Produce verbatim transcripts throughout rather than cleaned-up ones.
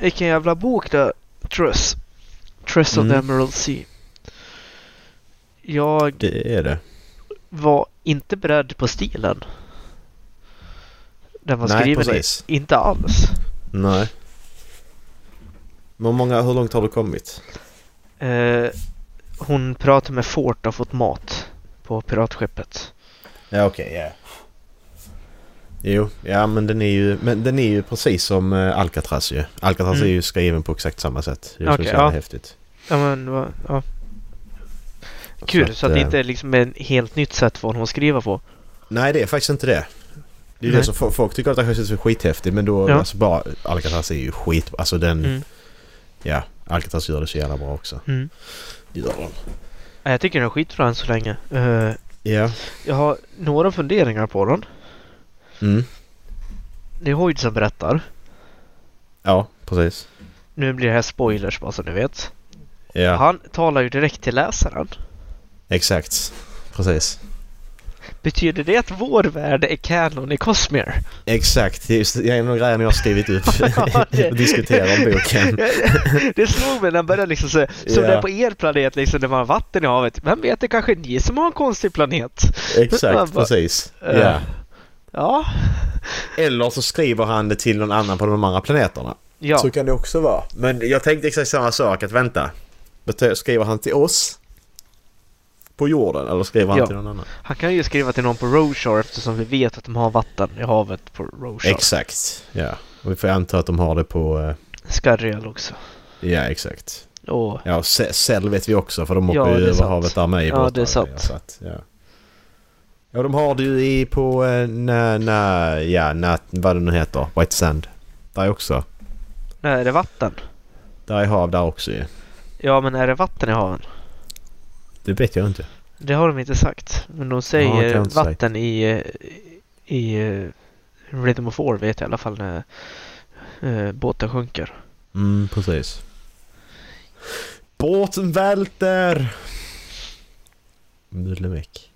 vilken jävla bok där. Truss. Truss of Mm. the Emerald Sea. Jag Det är det. var inte beredd på stilen. Den var Nej, skriven precis. i. Inte alls. Nej. Men många, hur långt har du kommit? Eh, hon pratar med Fort och har fått mat på piratskeppet. Ja, okej, okay, ja. Yeah. Jo, ja men den är ju men den är ju precis som uh, Alcatraz ju. Alcatraz mm. är ju skriven på exakt samma sätt. Det är okay, så ja. häftigt. Ja men ja. Kul så att, så att det inte är liksom ett helt nytt sätt för honom att skriva på. Nej, det är faktiskt inte det. Det är Nej. det som folk tycker att det är skithäftigt, men då ja. alltså bara Alcatraz är ju skit, alltså den mm. ja, Alcatraz gör det så jävla bra också. Mm. Det gör den. Jag tycker den är skitbra än så länge. Uh, ja. Jag har några funderingar på den. Mm. Det är Hoyd som berättar. Ja, precis. Nu blir det här spoilers bara så ni vet. Ja. Han talar ju direkt till läsaren. Exakt, precis. Betyder det att vår värld är canon i Cosmere? Exakt, det är en av grejerna jag har skrivit upp ja, det... och diskuterar om boken. Det slog mig när jag började liksom så, som ja. det är på er planet liksom, där man har vatten i havet. Men vet det kanske ni som har en konstig planet? Exakt, bara, precis. Uh, ja. ja. Eller så skriver han det till någon annan på de andra planeterna. Ja. Så kan det också vara. Men jag tänkte exakt samma sak, att vänta. Skriver han till oss på jorden eller skriver han ja. till någon annan? Han kan ju skriva till någon på Roshar eftersom vi vet att de har vatten i havet på Roshar. Exakt, ja. Och vi får anta att de har det på... Uh... Skarriel också. Ja, exakt. Och... Ja, Cell vet vi också för de åker ja, ju över havet där med i ja, det är sant. Så att, ja. Ja, de har det ju i på uh, na, na, ja, na, vad det nu heter, White Sand. Där är också. Nej, är det vatten? Där är hav där också ju. Ja, men är det vatten i haven? Det vet jag inte. Det har de inte sagt. Men de säger ja, vatten i, i, i Rhythm of War vet jag i alla fall när uh, båten sjunker. Mm, precis. Båten välter! Mullemäck.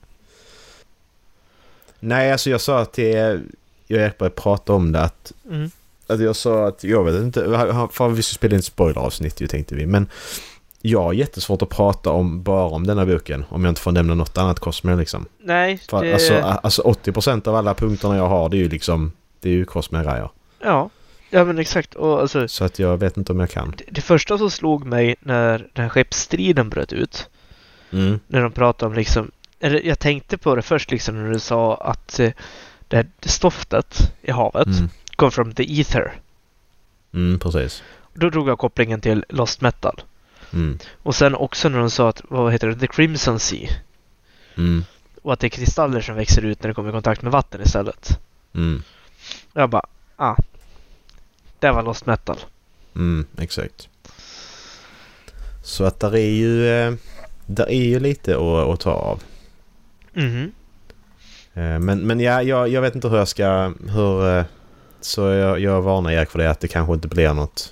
Nej, alltså jag sa att jag jag började prata om det att, mm. att jag sa att jag vet inte, för vi skulle spela in spoileravsnitt ju tänkte vi, men jag har jättesvårt att prata om bara om denna boken om jag inte får nämna något annat Cosmere liksom. Nej, för, det... alltså, alltså åttio procent av alla punkterna jag har det är ju liksom, det är ju Cosmere-grejer. Ja, ja men exakt. Och alltså, så att jag vet inte om jag kan. Det, det första som slog mig när den skeppsstriden bröt ut, mm. när de pratade om liksom, eller jag tänkte på det först liksom när du sa att eh, det här stoftet i havet mm. kom från the ether. Mm, precis. Då drog jag kopplingen till Lost Metal. Mm. Och sen också när de sa att, vad heter det, The Crimson Sea. Mm. Och att det är kristaller som växer ut när det kommer i kontakt med vatten istället. Mm. Jag bara, ah, det var Lost Metal. Mm, exakt. Så att där är ju där är ju lite att, att ta av. Mhm. Men, men ja, jag, jag vet inte hur jag ska hur, så jag, jag varnar Erik för det att det kanske inte blir något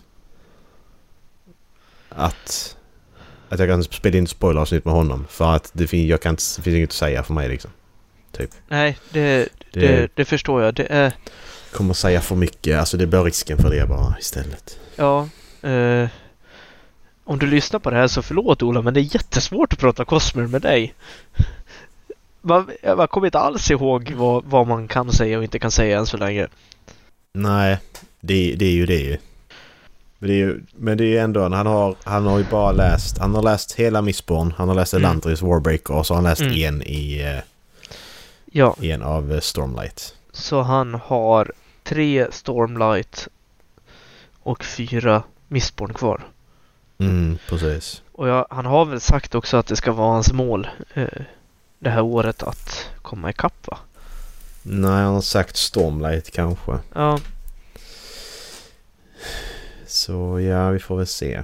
att att jag kan spela in spoileravsnitt med honom för att det, fin- jag kan, det finns inget att säga för mig liksom. Typ. Nej, det, det, det, det förstår jag. Det är... kommer säga för mycket, alltså det blir risken för det bara istället. Ja, eh, om du lyssnar på det här så förlåt Ola, men det är jättesvårt att prata Cosmere med dig. Man, man kommer inte alls ihåg vad, vad man kan säga och inte kan säga än så länge. Nej, det, det är ju det ju. Men det är ju, men det är ju ändå, han har, han har ju bara läst, han har läst hela Mistborn, han har läst mm. Elantris Warbreaker och så har han läst mm. en i, ja. en av Stormlight. Så han har tre Stormlight och fyra Mistborn kvar. Mm, precis. Och jag, han har väl sagt också att det ska vara hans mål eh, det här året att komma ikapp, va? Nej, han har sagt Stormlight kanske. Ja. Så ja, vi får väl se.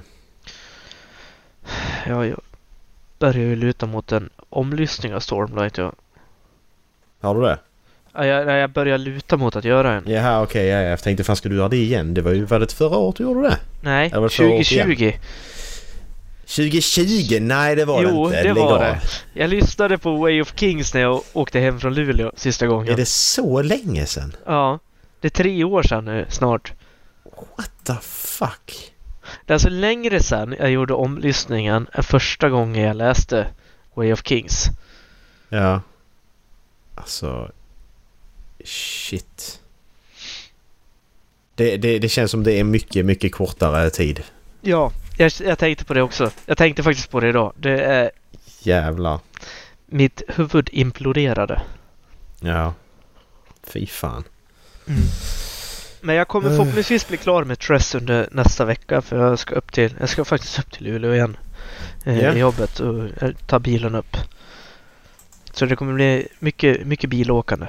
Ja, jag börjar ju luta mot en omlyssning av Stormlight, ja. Har du det? Ja, jag, jag börjar luta mot att göra en. Jaha, okej, okay, ja, jag tänkte fan ska du göra det igen? Det var ju, var det förra året du gjorde det? Nej, tjugo tjugo. tjugo tjugo? Nej, det var jo, det inte. Jo, det Lägg var av. det. Jag lyssnade på Way of Kings när jag åkte hem från Luleå sista gången. Är det så länge sedan? Ja, det är tre år sedan nu, snart. What the fuck? Det är alltså längre sedan jag gjorde omlyssningen än första gången jag läste Way of Kings. Ja. Alltså... Shit. Det, det, det känns som det är mycket, mycket kortare tid. Ja, jag, jag tänkte på det också. Jag tänkte faktiskt på det idag. Det är... Jävlar. Mitt huvud imploderade. Ja. Fy fan. Mm. Men jag kommer förhoppningsvis bli klar med Tress under nästa vecka. För jag ska upp till... Jag ska faktiskt upp till Luleå igen. Eh, Yeah. I jobbet och eh, ta bilen upp. Så det kommer bli mycket, mycket bilåkande.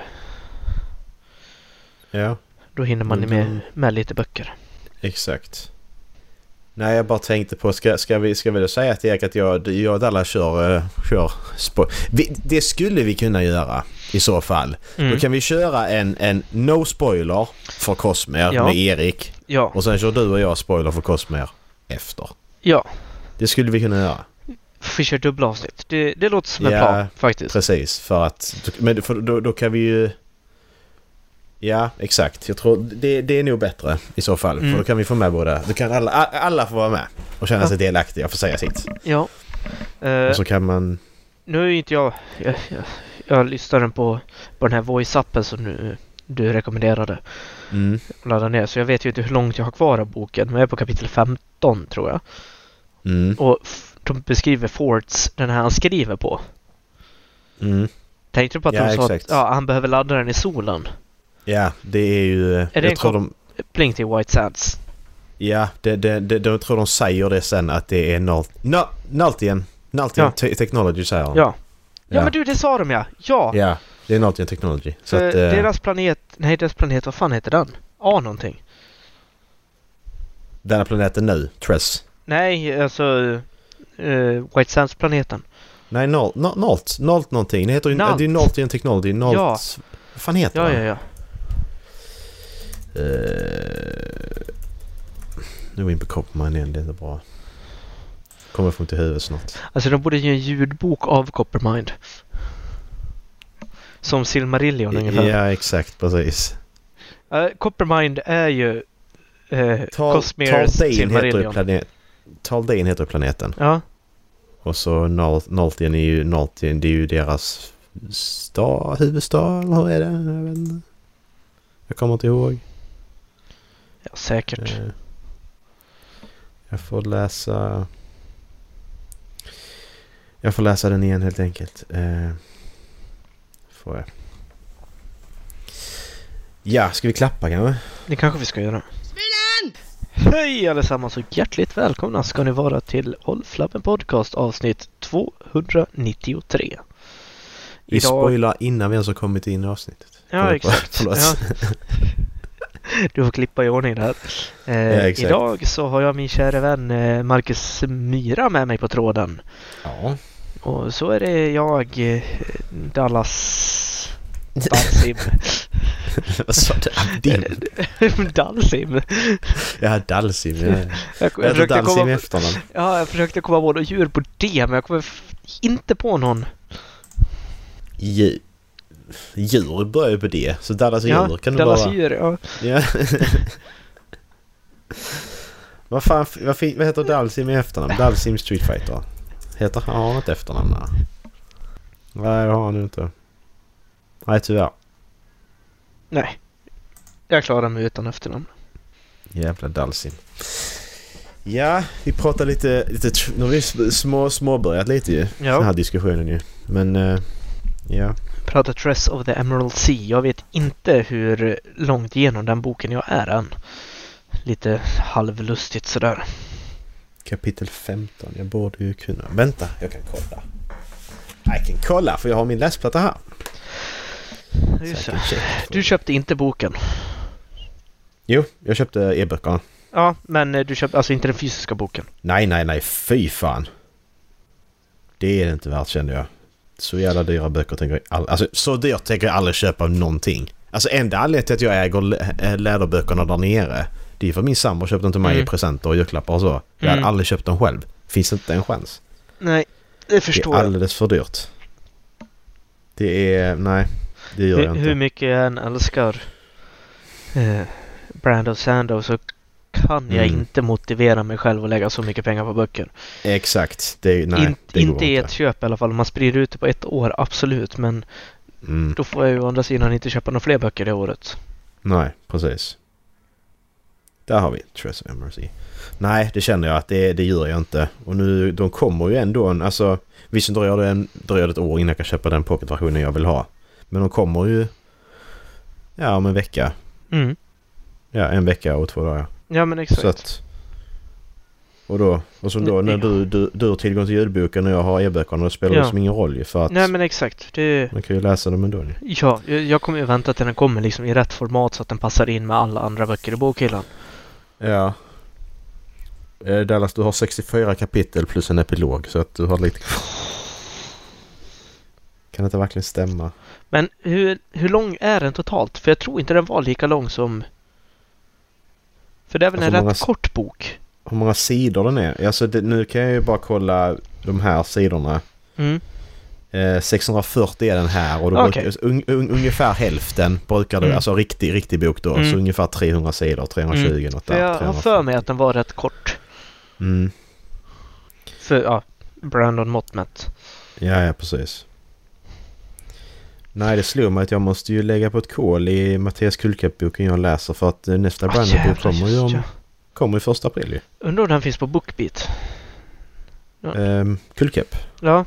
Ja. Då hinner man Mm. med, med lite böcker. Exakt. Nej, jag bara tänkte på, ska, ska vi ska vi då säga till Erik att jag, jag och Dalla kör, uh, kör spo- vi, det skulle vi kunna göra i så fall. Mm. Då kan vi köra en, en no spoiler för Cosmere Ja. med Erik. Ja, Och sen kör du och jag spoiler för Cosmere efter. ja. Det skulle vi kunna göra. Vi kör dubbla avsnitt. Det, det låter som en Ja, plan faktiskt. Precis, för att men för då, då kan vi ju... Ja, exakt. Jag tror det, det är nog bättre i så fall. Mm. För då kan vi få med båda. Då kan alla, alla få vara med och känna Ja. sig delaktiga och få säga sitt. Ja. Eh, Och så kan man... nu är ju inte jag... Jag, jag, jag lyssnade på, på den här voice-appen som nu, du rekommenderade. Mm. Ladda ner. Så jag vet ju inte hur långt jag har kvar av boken. Men jag är på kapitel femton tror jag. Mm. Och f- de beskriver Forts, den här han skriver på. Mm. Tänkte du på att Ja, de sa att exakt. ja, han behöver ladda den i solen? Ja, det är ju... Är det jag en tror kom- de... Blink till White Sands. Ja, det, det, det, de tror de säger det sen att det är Nalt... No, Naltien. Naltien Ja. te- Technology säger de. Ja. ja. men du, det sa de ja. Ja. Ja, det är Naltien Technology. Så För att, eh, deras planet... Nej, deras planet, vad fan heter den? A någonting. den här planeten nu, Tress. Nej, alltså... Uh, White Sands-planeten. Nej, Nalt, Nalt, Nalt, Nalt någonting. Det heter ju Nalt. det är Naltien Technology. Nalt... Ja. Vad fan heter Ja, det? ja, ja. Uh, nu är vi in på Coppermine igen, det är bra. Kommer få till huvudet snart. Alltså, de borde ge en ljudbok av Coppermind. Som Silmarillion ungefär. Ja, exakt, precis. Uh, Coppermind är ju uh, Tal, Cosmeres Taldane heter ju Silmarillion. planet, Taldane heter planeten. Ja, Och så Nal, Naltien är ju Naltien, det är ju deras stad, huvudstad, eller hur är det? Jag vet inte. Jag kommer inte ihåg. ja, säkert. Eh, Jag får läsa... Jag får läsa den igen helt enkelt. Eh, Får jag. Ja, ska vi klappa kanske? Det kanske vi ska göra. Smilen! Hej allesammans och hjärtligt välkomna ska ni vara till Håll Flabben Podcast avsnitt tvåhundranittiotre. Vi spoilar innan vi ens har kommit in i avsnittet. Ja, Förlåt. exakt. Förlåt. Ja. Du får klippa i ordning där. Eh, Ja, exakt. idag så har jag min kära vän eh, Marcus Myra med mig på tråden. Ja. Och så är det jag, eh, Dallas... Dalsim. Vad sa du? Abdim? Dalsim. Ja, Dalsim. Ja. Jag, Jag jag, heter försökte Dalsim i komma, efternamn. ja, jag försökte komma på något djur på det, men jag kommer f- inte på någon. Djur. Djur börjar ju på det. Så Dallas Ja, djur kan du Dallas bara... djur, ja. Ja. vad fan, vad, fin, vad heter Dalsim i efternamn? Dalsim Street Fighter. Heter han, har han ett efternamn där? Nej, det har han inte. Nej, tyvärr. Nej. Jag klarar mig utan efternamn. Jävla Dalsim. Ja, vi pratar lite, lite tr- nu har vi små, småbörjat lite ju. Ja. Den här diskussionen ju. Men, uh, ja. Pratar Tress of the Emerald Sea. Jag vet inte hur långt igenom den boken jag är än. Lite halvlustigt sådär. Kapitel femton. Jag borde ju kunna... Vänta, jag kan kolla. Jag kan kolla för jag har min läsplatta här. Just Så det. jag kan checka. Du köpte inte boken. Jo, jag köpte e-böckerna. Ja, men du köpte alltså inte den fysiska boken. Nej, nej, nej. Fy fan. Det är det inte värt, kände jag. Så jävla dyra böcker tänker jag all... Alltså, så dyrt tänker jag aldrig köpa någonting. Alltså, enda anledningen till att jag äger lä- läderböckerna där nere, det är för min sambo köpte dem till mig Mm. i presenter och julklappar och så. Jag Mm. hade aldrig köpt dem själv. Finns inte en chans. Nej, det förstår det är jag. alldeles för dyrt. Det är... Nej, det gör Hur, jag inte. hur mycket jag än älskar eh, Brando Sando så kan jag Mm. inte motivera mig själv att lägga så mycket pengar på böcker. Exakt. Det, nej, In, det går inte i ett köp i alla fall. Om man sprider ut det på ett år, absolut. Men Mm. då får jag ju å andra sidan inte köpa några fler böcker det året. Nej, precis. Där har vi Treasure of Mercy. Nej, det känner jag att det, det gör jag inte. Och nu, de kommer ju ändå en, alltså visst dröjer det, en, dröjer det ett år innan jag kan köpa den pocketversionen jag vill ha. Men de kommer ju ja, om en vecka. Mm. Ja, en vecka och två dagar. Ja, men exakt. Så att, och då, och som då när du, du, du har tillgång till ljudboken och jag har e-böckerna, då spelar Ja. det som ingen roll ju, för att Nej, men exakt. Det... man kan ju läsa dem ändå. Ja, jag, jag kommer ju vänta till den kommer liksom i rätt format så att den passar in med alla andra böcker i bokhyllan. Ja. Eh, Dallas, du har sextiofyra kapitel plus en epilog, så att du har lite... Kan det inte verkligen stämma? Men hur, hur lång är den totalt? För jag tror inte den var lika lång som... För det är väl Alltså en många rätt s- kort bok. Hur många sidor den är? Alltså det, nu kan jag ju bara kolla de här sidorna. Mm. Eh, sexhundrafyrtio är den här och då Okej. brukar, un, un, ungefär hälften brukar det, Mm. alltså riktig, riktig bok då. Mm. Så ungefär trehundra sidor, trehundratjugo Mm. något För där. jag har trehundrafyrtio. för mig att den var rätt kort. Mm. För, ja, Brandon Mottmätt. Ja, ja, precis. Nej, det slår mig att jag måste ju lägga på ett kol i Mattias Kullkapp-boken jag läser, för att eh, nästa Ah, Brandon-bok jävlar, kommer ju just om, ja. kommer i första april ju. Undrar om den finns på BookBeat. Ja. Um, Kullkapp. Ja,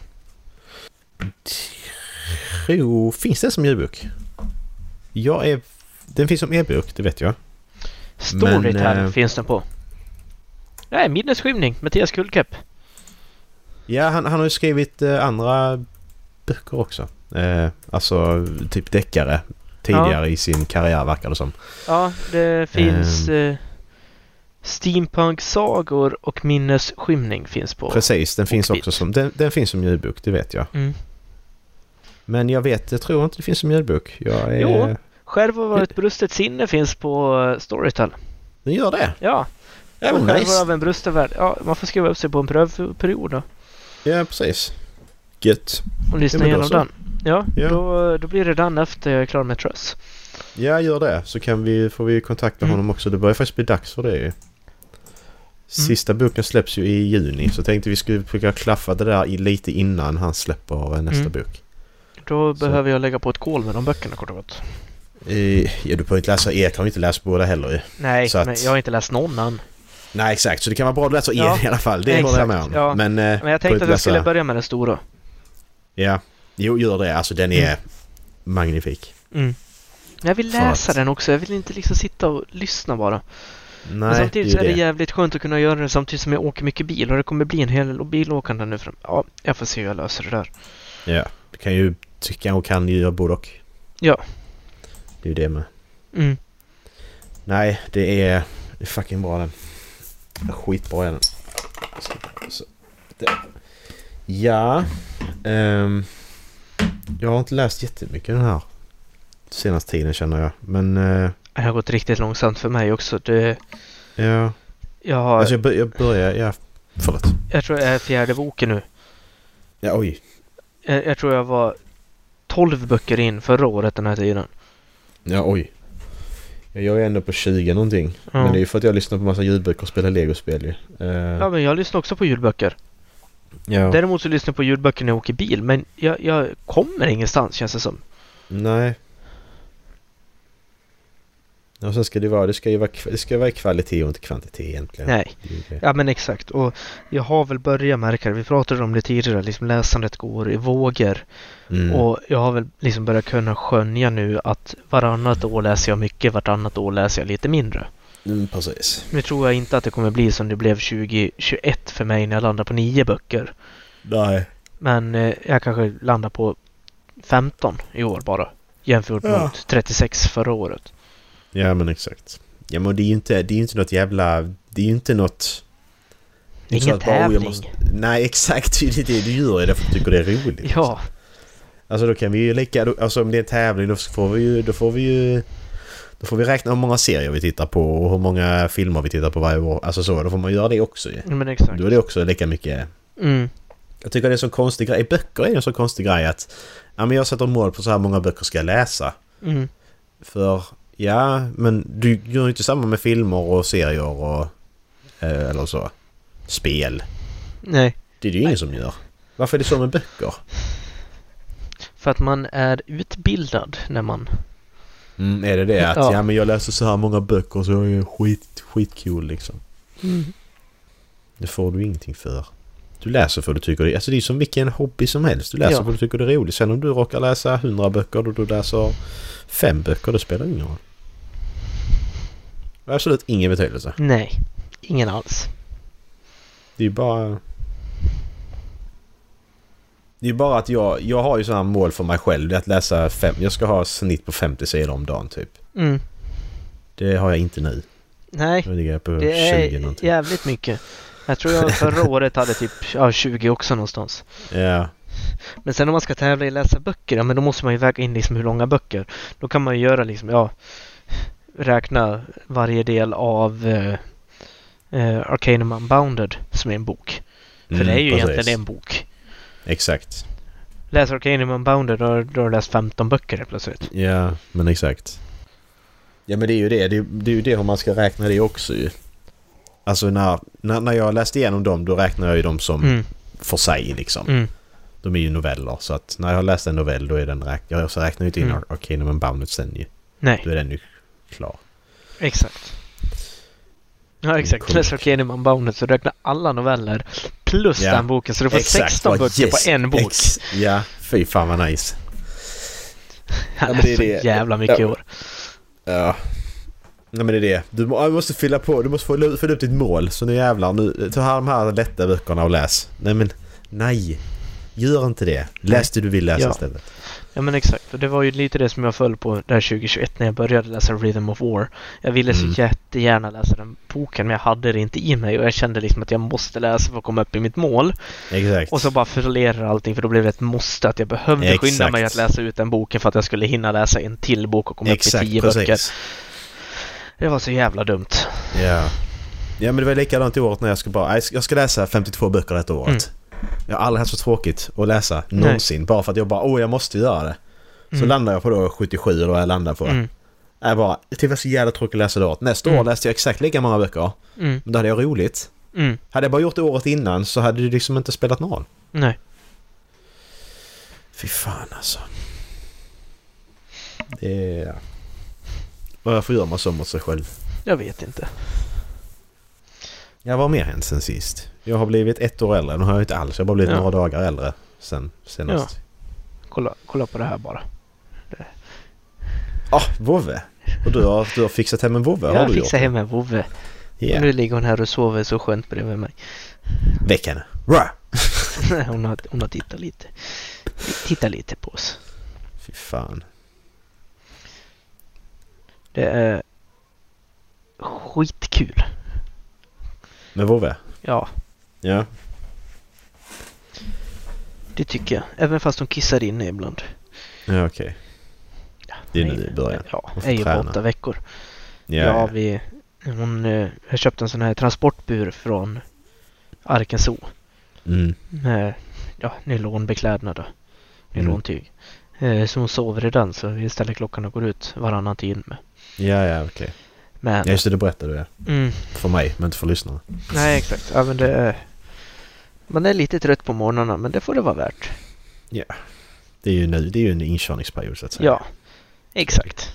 Jo, finns det som ljudbok? Jag är... Den finns som e-bok, det vet jag. Storytel Men, eh, finns den på. Nej, Minnesskymning, Mattias Kullkapp. Ja, han, han har ju skrivit eh, andra böcker också. Eh, alltså typ deckare tidigare i sin karriär, verkar det som. Ja, det finns eh, Steampunk-sagor och Minnesskymning finns på. Precis, den finns BookBeat. också som... Den, den finns som ljudbok, det vet jag. Mm. Men jag vet, jag tror inte det finns som ljudbok. Jag är... Jo. Själv var ett brustet sinne finns på eh, Storytel. Den gör det? Ja, Ja, och men själv nice. av en brustet värld. Ja, man får skriva upp sig på en prövperiod då. Ja, precis. Gött. Och lyssna Ja, men då igenom så. den. Ja, Ja. Då, då blir det den efter jag är klar med Truss. Ja, gör det. Så kan vi, får vi kontakta Mm. honom också. Det börjar faktiskt bli dags för det ju. Sista boken släpps ju i juni, så tänkte vi skulle försöka klaffa det där i lite innan han släpper nästa Mm. bok. Då Så. behöver jag lägga på ett kol med de böckerna kort och gott. Eh, ja, du behöver inte läsa Ek, har inte läst båda heller ju. Nej, Så att- men jag har inte läst någon än. Nej, exakt. Så det kan vara bra att läsa Ja, en i alla fall. Det exakt, håller jag med om. ja. Men, eh, Men jag behöver tänkte inte att jag skulle läsa- börja med den stora. Ja, jo, gör det. Alltså den är Mm. magnifik. Mm. Jag vill För läsa att- den också. Jag vill inte liksom sitta och lyssna bara. Nej, Men samtidigt så det är är det det. jävligt skönt att kunna göra det samtidigt som jag åker mycket bil. Och det kommer bli en hel del bilåkande nu fram. Ja, jag får se hur jag löser det där. Ja, du kan ju tycka och kan ju göra både och. Ja. Det är ju det med. Mm. Nej, det är, det är fucking bra den. Skitbra är den. Så, så, det. Ja. ehm, jag har inte läst jättemycket den här senaste tiden, känner jag. Men eh, Det har gått riktigt långsamt för mig också. Det, ja. jag, har, Alltså jag, bör, jag börjar... Ja, förlåt. jag tror jag är fjärde boken nu. Ja, oj. Jag, jag tror jag var tolv böcker in förra året den här tiden. Ja, oj. Ja, jag är ändå på tjugo någonting. Ja. Men det är ju för att jag lyssnar på massa ljudböcker och spelar Lego-spel ju. Eh, Ja, men jag lyssnar också på ljudböcker. ja. Däremot så lyssnar jag på ljudböcker när jag åker bil. Men jag, jag kommer ingenstans, känns det som. Nej. Och sen ska det vara, det ska ju vara, det ska vara kvalitet och inte kvantitet egentligen. Nej. Det är ju det. Ja, men exakt. Och jag har väl börjat märka det. Vi pratade om det tidigare. Liksom läsandet går i vågor. Mm. Och jag har väl liksom börjat kunna skönja nu att varannat år läser jag mycket, vartannat år läser jag lite mindre. Mm, precis. Nu tror jag inte att det kommer bli som det blev tjugo tjugoett för mig när jag landade på nio böcker. Nej. Men eh, jag kanske landar på femton i år bara. Jämfört Ja. mot trettiosex förra året. Ja, men exakt. Ja, men det är ju inte, det är ju inte något jävla... Det är ju inte något... Det är så ingen att bara, oh, jag tävling. måste- Nej, exakt. Det är det du gör är därför att du tycker det är roligt. Ja, Alltså då kan vi ju lika... Alltså om det är en tävling då får vi ju... Då får vi ju... Då får vi räkna hur många serier vi tittar på och hur många filmer vi tittar på varje år. Alltså så, då får man göra det också ju. men exakt. Då är det också lika mycket... Mm. Jag tycker det är en så konstig grej. I böcker är det en så konstig grej att... Ja, men jag sätter mål på så här många böcker ska jag läsa. Mm. För Ja, men du gör ju inte samma med filmer och serier och eh, eller så. Spel. Nej. Det är det ju ingen som gör. Varför är det så med böcker? För att man är utbildad när man... Mm, är det det? Att ja. ja, men jag läser så här många böcker så är det skit, skitcool liksom. Mm. Det får du ingenting för. Du läser för du tycker det. Alltså det är som vilken hobby som helst. Du läser ja. för du tycker det är roligt. Sen om du råkar läsa hundra böcker och du läser fem böcker, då spelar det ingen roll. Det är absolut ingen betydelse. Nej, ingen alls. Det är ju bara... Det är ju bara att jag, jag har ju sådana mål för mig själv. Det är att läsa fem... Jag ska ha snitt på femtio sidor om dagen typ. Mm. Det har jag inte nu. Nej, jag ligger på det tjugo är någonting. jävligt mycket. Jag tror jag förra året hade typ ja, tjugo också någonstans. Ja. Men sen om man ska tävla i läsa böcker, ja, men då måste man ju väga in liksom hur långa böcker. Då kan man ju göra liksom, ja, räkna varje del av uh, uh, Arcanum Unbounded som är en bok. För Mm, det är ju precis. egentligen en bok. Exakt. Läs Arcanum Unbounded och då har du läst femton böcker helt plötsligt. Ja, men exakt. Ja, men det är ju det. Det är, det är ju det hur man ska räkna det också ju. Alltså när, när, när jag läste igenom dem, då räknar jag ju dem som Mm. för sig liksom. Mm. De är ju noveller, så att när jag har läst en novell då är den räk- jag så räknar ju inte in Mm. Arcanum Unbounded sen ju. Nej, Då är den ju klar. exakt. Ja, exakt. Läs Arcanum Unbounded så räknar alla noveller plus Ja. den boken. Så du får Exakt, sexton vad böcker yes. på en bok. Ex- ja, fy fan vad nice. Han men är det är så det. jävla mycket Ja. år. Ja. Nej, men det är det. Du må- du måste fylla på. Du måste få fylla upp ditt mål. Så nu jävlar. Nu, ta här de här lätta böckerna och läs. Nej men, nej. Gör inte det. Läs det du vill läsa Ja. istället. Ja, men exakt. Och det var ju lite det som jag föll på där tjugohundratjugoett när jag började läsa Rhythm of War. Jag ville Mm. så jättegärna läsa den boken, men jag hade det inte i mig och jag kände liksom att jag måste läsa för att komma upp i mitt mål. Exakt. Och så bara förlerar allting, för då blev det ett måste att jag behövde skynda Exakt. mig att läsa ut den boken för att jag skulle hinna läsa en till bok och komma Exakt, upp i tio precis. böcker. Det var så jävla dumt. Ja. Ja, men det var likadant i året när jag ska bara... Jag ska läsa femtiotvå böcker detta året. Mm. Jag har aldrig haft så tråkigt att läsa någonsin. Nej. Bara för att jag bara, åh jag måste göra det. Så Mm. landar jag på då sjuttiosju eller vad jag landar på. Mm. Jag bara, det var så jävla tråkigt att läsa det året. Nästa mm. år läste jag exakt lika många böcker. Mm. Men då hade jag roligt. Mm. Hade jag bara gjort det året innan så hade det liksom inte spelat någon roll. Nej. Fy fan alltså. Det är... Varför gör man så mot sig själv? Jag vet inte. Jag var mer hänt sen sist. Jag har blivit ett år äldre. Nu har jag inte alls. Jag har bara blivit ja. några dagar äldre sen senast. Ja. Kolla, kolla på det här bara. Ja, ah, vovve. Och du har, du har fixat hem en vovve. Jag har du fixat gjort? hem en vovve. Yeah. Och nu ligger hon här och sover så skönt bredvid mig. Väck henne. Rah! hon, har, hon har tittat lite. Tittat lite på oss. Fy fan. Det är skitkul. Med vovve? Ja. Ja. Det tycker jag. Även fast de kissar inne ibland. Ja, okej. Okay. Ja, det är nu i början. Ja, det är ju på åtta veckor. Ja, ja, ja. vi... Hon eh, har köpt en sån här transportbur från Arkansas. Mm. Med ja, nylonbeklädnad och nylontyg. Mm. Eh, så hon sover i den, så vi ställer klockan och går ut varannan tid med. Ja, ja, okej. Okay. Men... Ja, just det, det berättade du. Ja. Mm. För mig, men inte för lyssnarna. Nej, exakt. Ja, men det är... Man är lite trött på morgnarna, men det får det vara värt. Ja. Det är ju, nu, det är ju en inkörningsperiod, så att säga. Ja, exakt.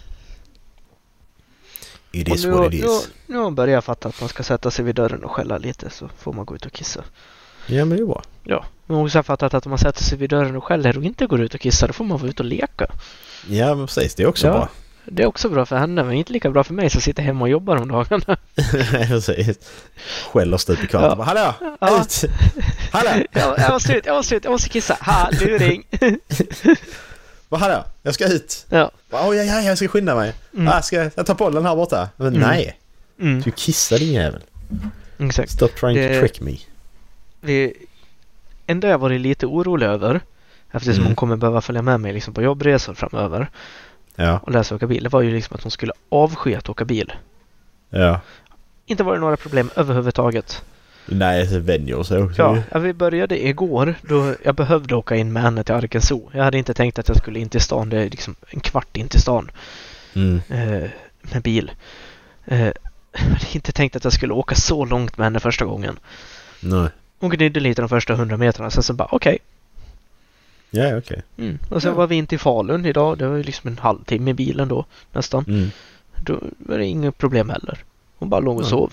It och is nu, what it is. Nu, nu har man börjat fatta att man ska sätta sig vid dörren och skälla lite, så får man gå ut och kissa. Ja, men det är bra. Ja, men man har också fattat att om man sätter sig vid dörren och skäller och inte går ut och kissar, då får man vara ut och leka. Ja, men precis. Det är också ja, bra. Det är också bra för henne, men inte lika bra för mig som sitter hemma och jobbar om dagarna. Precis. Skäller stup i kvarten. Ja. Hallå! Ja. Ut! Hallå! jag, jag måste ut, jag måste ut, jag måste kissa. Ha, luring! Vad hallå? Jag ska ut! Ja. Åh, ja, ja, jag ska skynda mig. Mm. Ah, ska jag ta bollen här borta? Men mm. nej. Mm. Du kissar din jävel. Exakt. Stop trying det, to trick me. Det enda jag varit lite orolig över, eftersom mm. hon kommer behöva följa med mig liksom på jobbresor framöver. Ja. Och läsa och åka bil. Det var ju liksom att hon skulle avsky att åka bil. Ja. Inte var det några problem överhuvudtaget. Nej, det vänjer sig också. Ja, ja, vi började igår då jag behövde åka in med henne till Arkansas. Jag hade inte tänkt att jag skulle in till stan. Det är liksom en kvart in till stan. Mm. Eh, med bil. Eh, jag hade inte tänkt att jag skulle åka så långt med henne första gången. Nej. Hon gnydde lite de första hundra metrarna. Sen så bara, okej. Okay. Ja, okej. Okay. Mm. Och sen ja. var vi inte i Falun idag. Det var ju liksom en halvtimme i bilen då, nästan. Mm. Då var det inga problem heller. Hon bara låg och sov.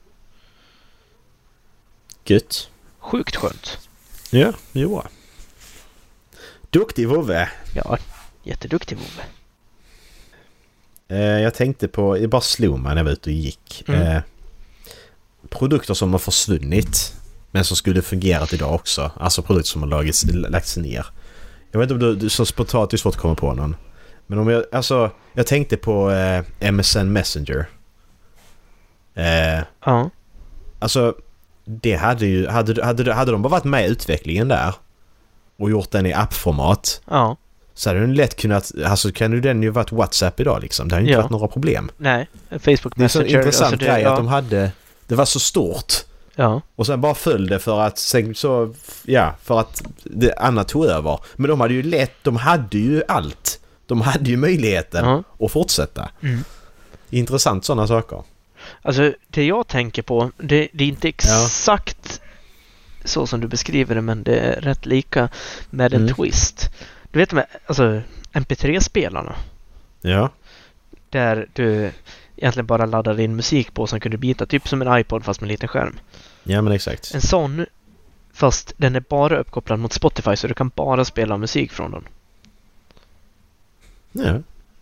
Gött. Sjukt skönt. Ja, jo. Duktig vovve. Ja, jätteduktig vovve. Eh, jag tänkte på, det bara slog mig när jag var ute och gick. Mm. Eh, produkter som har försvunnit men som skulle fungerat idag också. Alltså produkter som har lagits, lagts ner. Jag vet inte om du, du så spontant är svårt att komma på någon. Men om jag, alltså, jag tänkte på eh, M S N Messenger. Eh, ja. Alltså, det hade ju, hade, hade, hade de bara varit med i utvecklingen där och gjort den i appformat. Ja. Så hade den lätt kunnat, alltså kan ju den ju varit WhatsApp idag liksom. Det hade inte ja. varit några problem. Nej, Facebook Messenger. Det är så intressant alltså det, grej ja. att de hade, det var så stort. Ja. Och sen bara föll det för att sen så, ja, för att det andra tog över. Men de hade ju lätt, de hade ju allt. De hade ju möjligheten ja. att fortsätta. Mm. Intressant sådana saker. Alltså det jag tänker på, det, det är inte exakt ja. så som du beskriver det, men det är rätt lika med en mm. twist. Du vet med alltså M P tre-spelarna. Ja. Där du egentligen bara laddar in musik på som kunde byta, typ som en iPod fast med en liten skärm. Ja, men exakt. En sån, fast den är bara uppkopplad mot Spotify så du kan bara spela musik från den. Ja.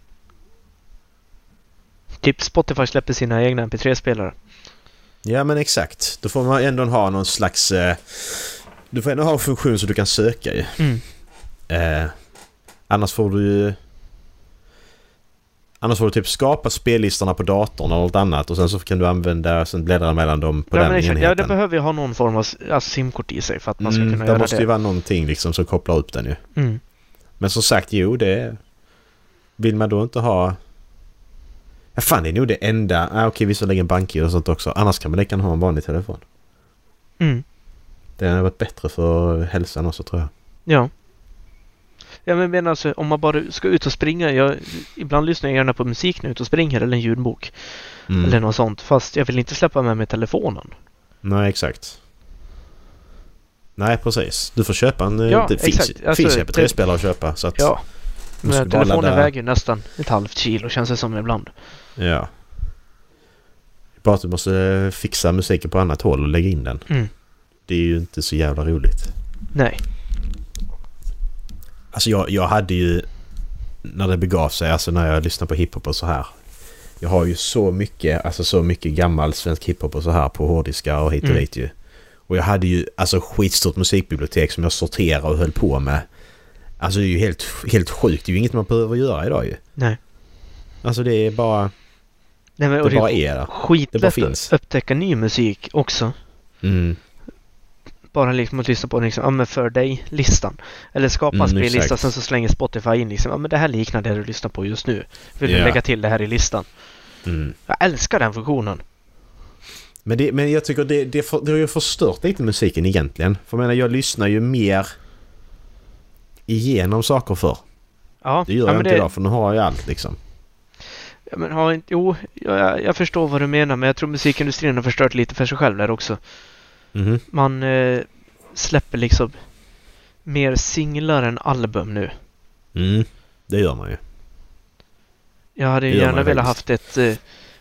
Typ Spotify släpper sina egna M P tre-spelare. Ja, men exakt. Då får man ändå ha någon slags... Eh, du får ändå ha en funktion så du kan söka ju. Mm. Eh, annars får du ju... Annars får du typ skapa spellistorna på datorn eller något annat och sen så kan du använda, sen bläddra mellan dem på ja, den men enheten. Ja, det behöver ju ha någon form av alltså, simkort i sig för att man ska mm, kunna det göra måste det. ju vara någonting liksom som kopplar upp den ju. Mm. Men som sagt, jo, det vill man då inte ha... Ja, fan, det är nog det enda... Ah, okej, vi så lägger en bank i och sånt också. Annars kan man lika ha en vanlig telefon. Mm. Det har varit bättre för hälsan också, tror jag. Ja. Ja, men menar alltså, om man bara ska ut och springa, jag, ibland lyssnar jag gärna på musik när jag är ute och springer eller en ljudbok. Mm. Eller något sånt, fast jag vill inte släppa med mig telefonen. Nej, exakt. Nej, precis. Du får köpa en... Ja, det finns, exakt. Alltså, finns M P tre-spelare att köpa, så att... Ja, men telefonen ladda... väger ju nästan ett halvt kilo, känns det som ibland. Ja. Bara att du måste fixa musiken på annat håll och lägga in den. Mm. Det är ju inte så jävla roligt. Nej. Alltså jag, jag hade ju när det begav sig, alltså när jag lyssnar på hiphop och så här. Jag har ju så mycket, alltså så mycket gammal svensk hiphop och så här på hårddiskar och hit och mm. dit ju. Och jag hade ju alltså skitstort musikbibliotek som jag sorterade och höll på med. Alltså det är ju helt, helt sjukt. Det är ju inget man behöver göra idag ju. Nej. Alltså det är bara... Nej, men, det, det bara är där. Skitlätt det bara finns. Att upptäcka ny musik också. Mm. Bara liksom att lyssna på den liksom, ja, men för dig-listan. Eller skapa en mm, spellista, sen så slänger Spotify in liksom, ja men det här liknar det du lyssnar på just nu. Vill yeah. du lägga till det här i listan? Mm. Jag älskar den funktionen. Men, det, men jag tycker det, det, för, det har ju förstört lite musiken egentligen. För jag menar, jag lyssnar ju mer igenom saker för. Ja, det gör ja, jag inte det... idag, för nu har jag allt liksom. Ja, men har inte, jo, jag, jag förstår vad du menar, men jag tror musikindustrin har förstört lite för sig själv där också. Mm-hmm. Man eh, släpper liksom mer singlar än album nu. Mm, det gör man ju. Jag hade ju gärna velat haft ett eh,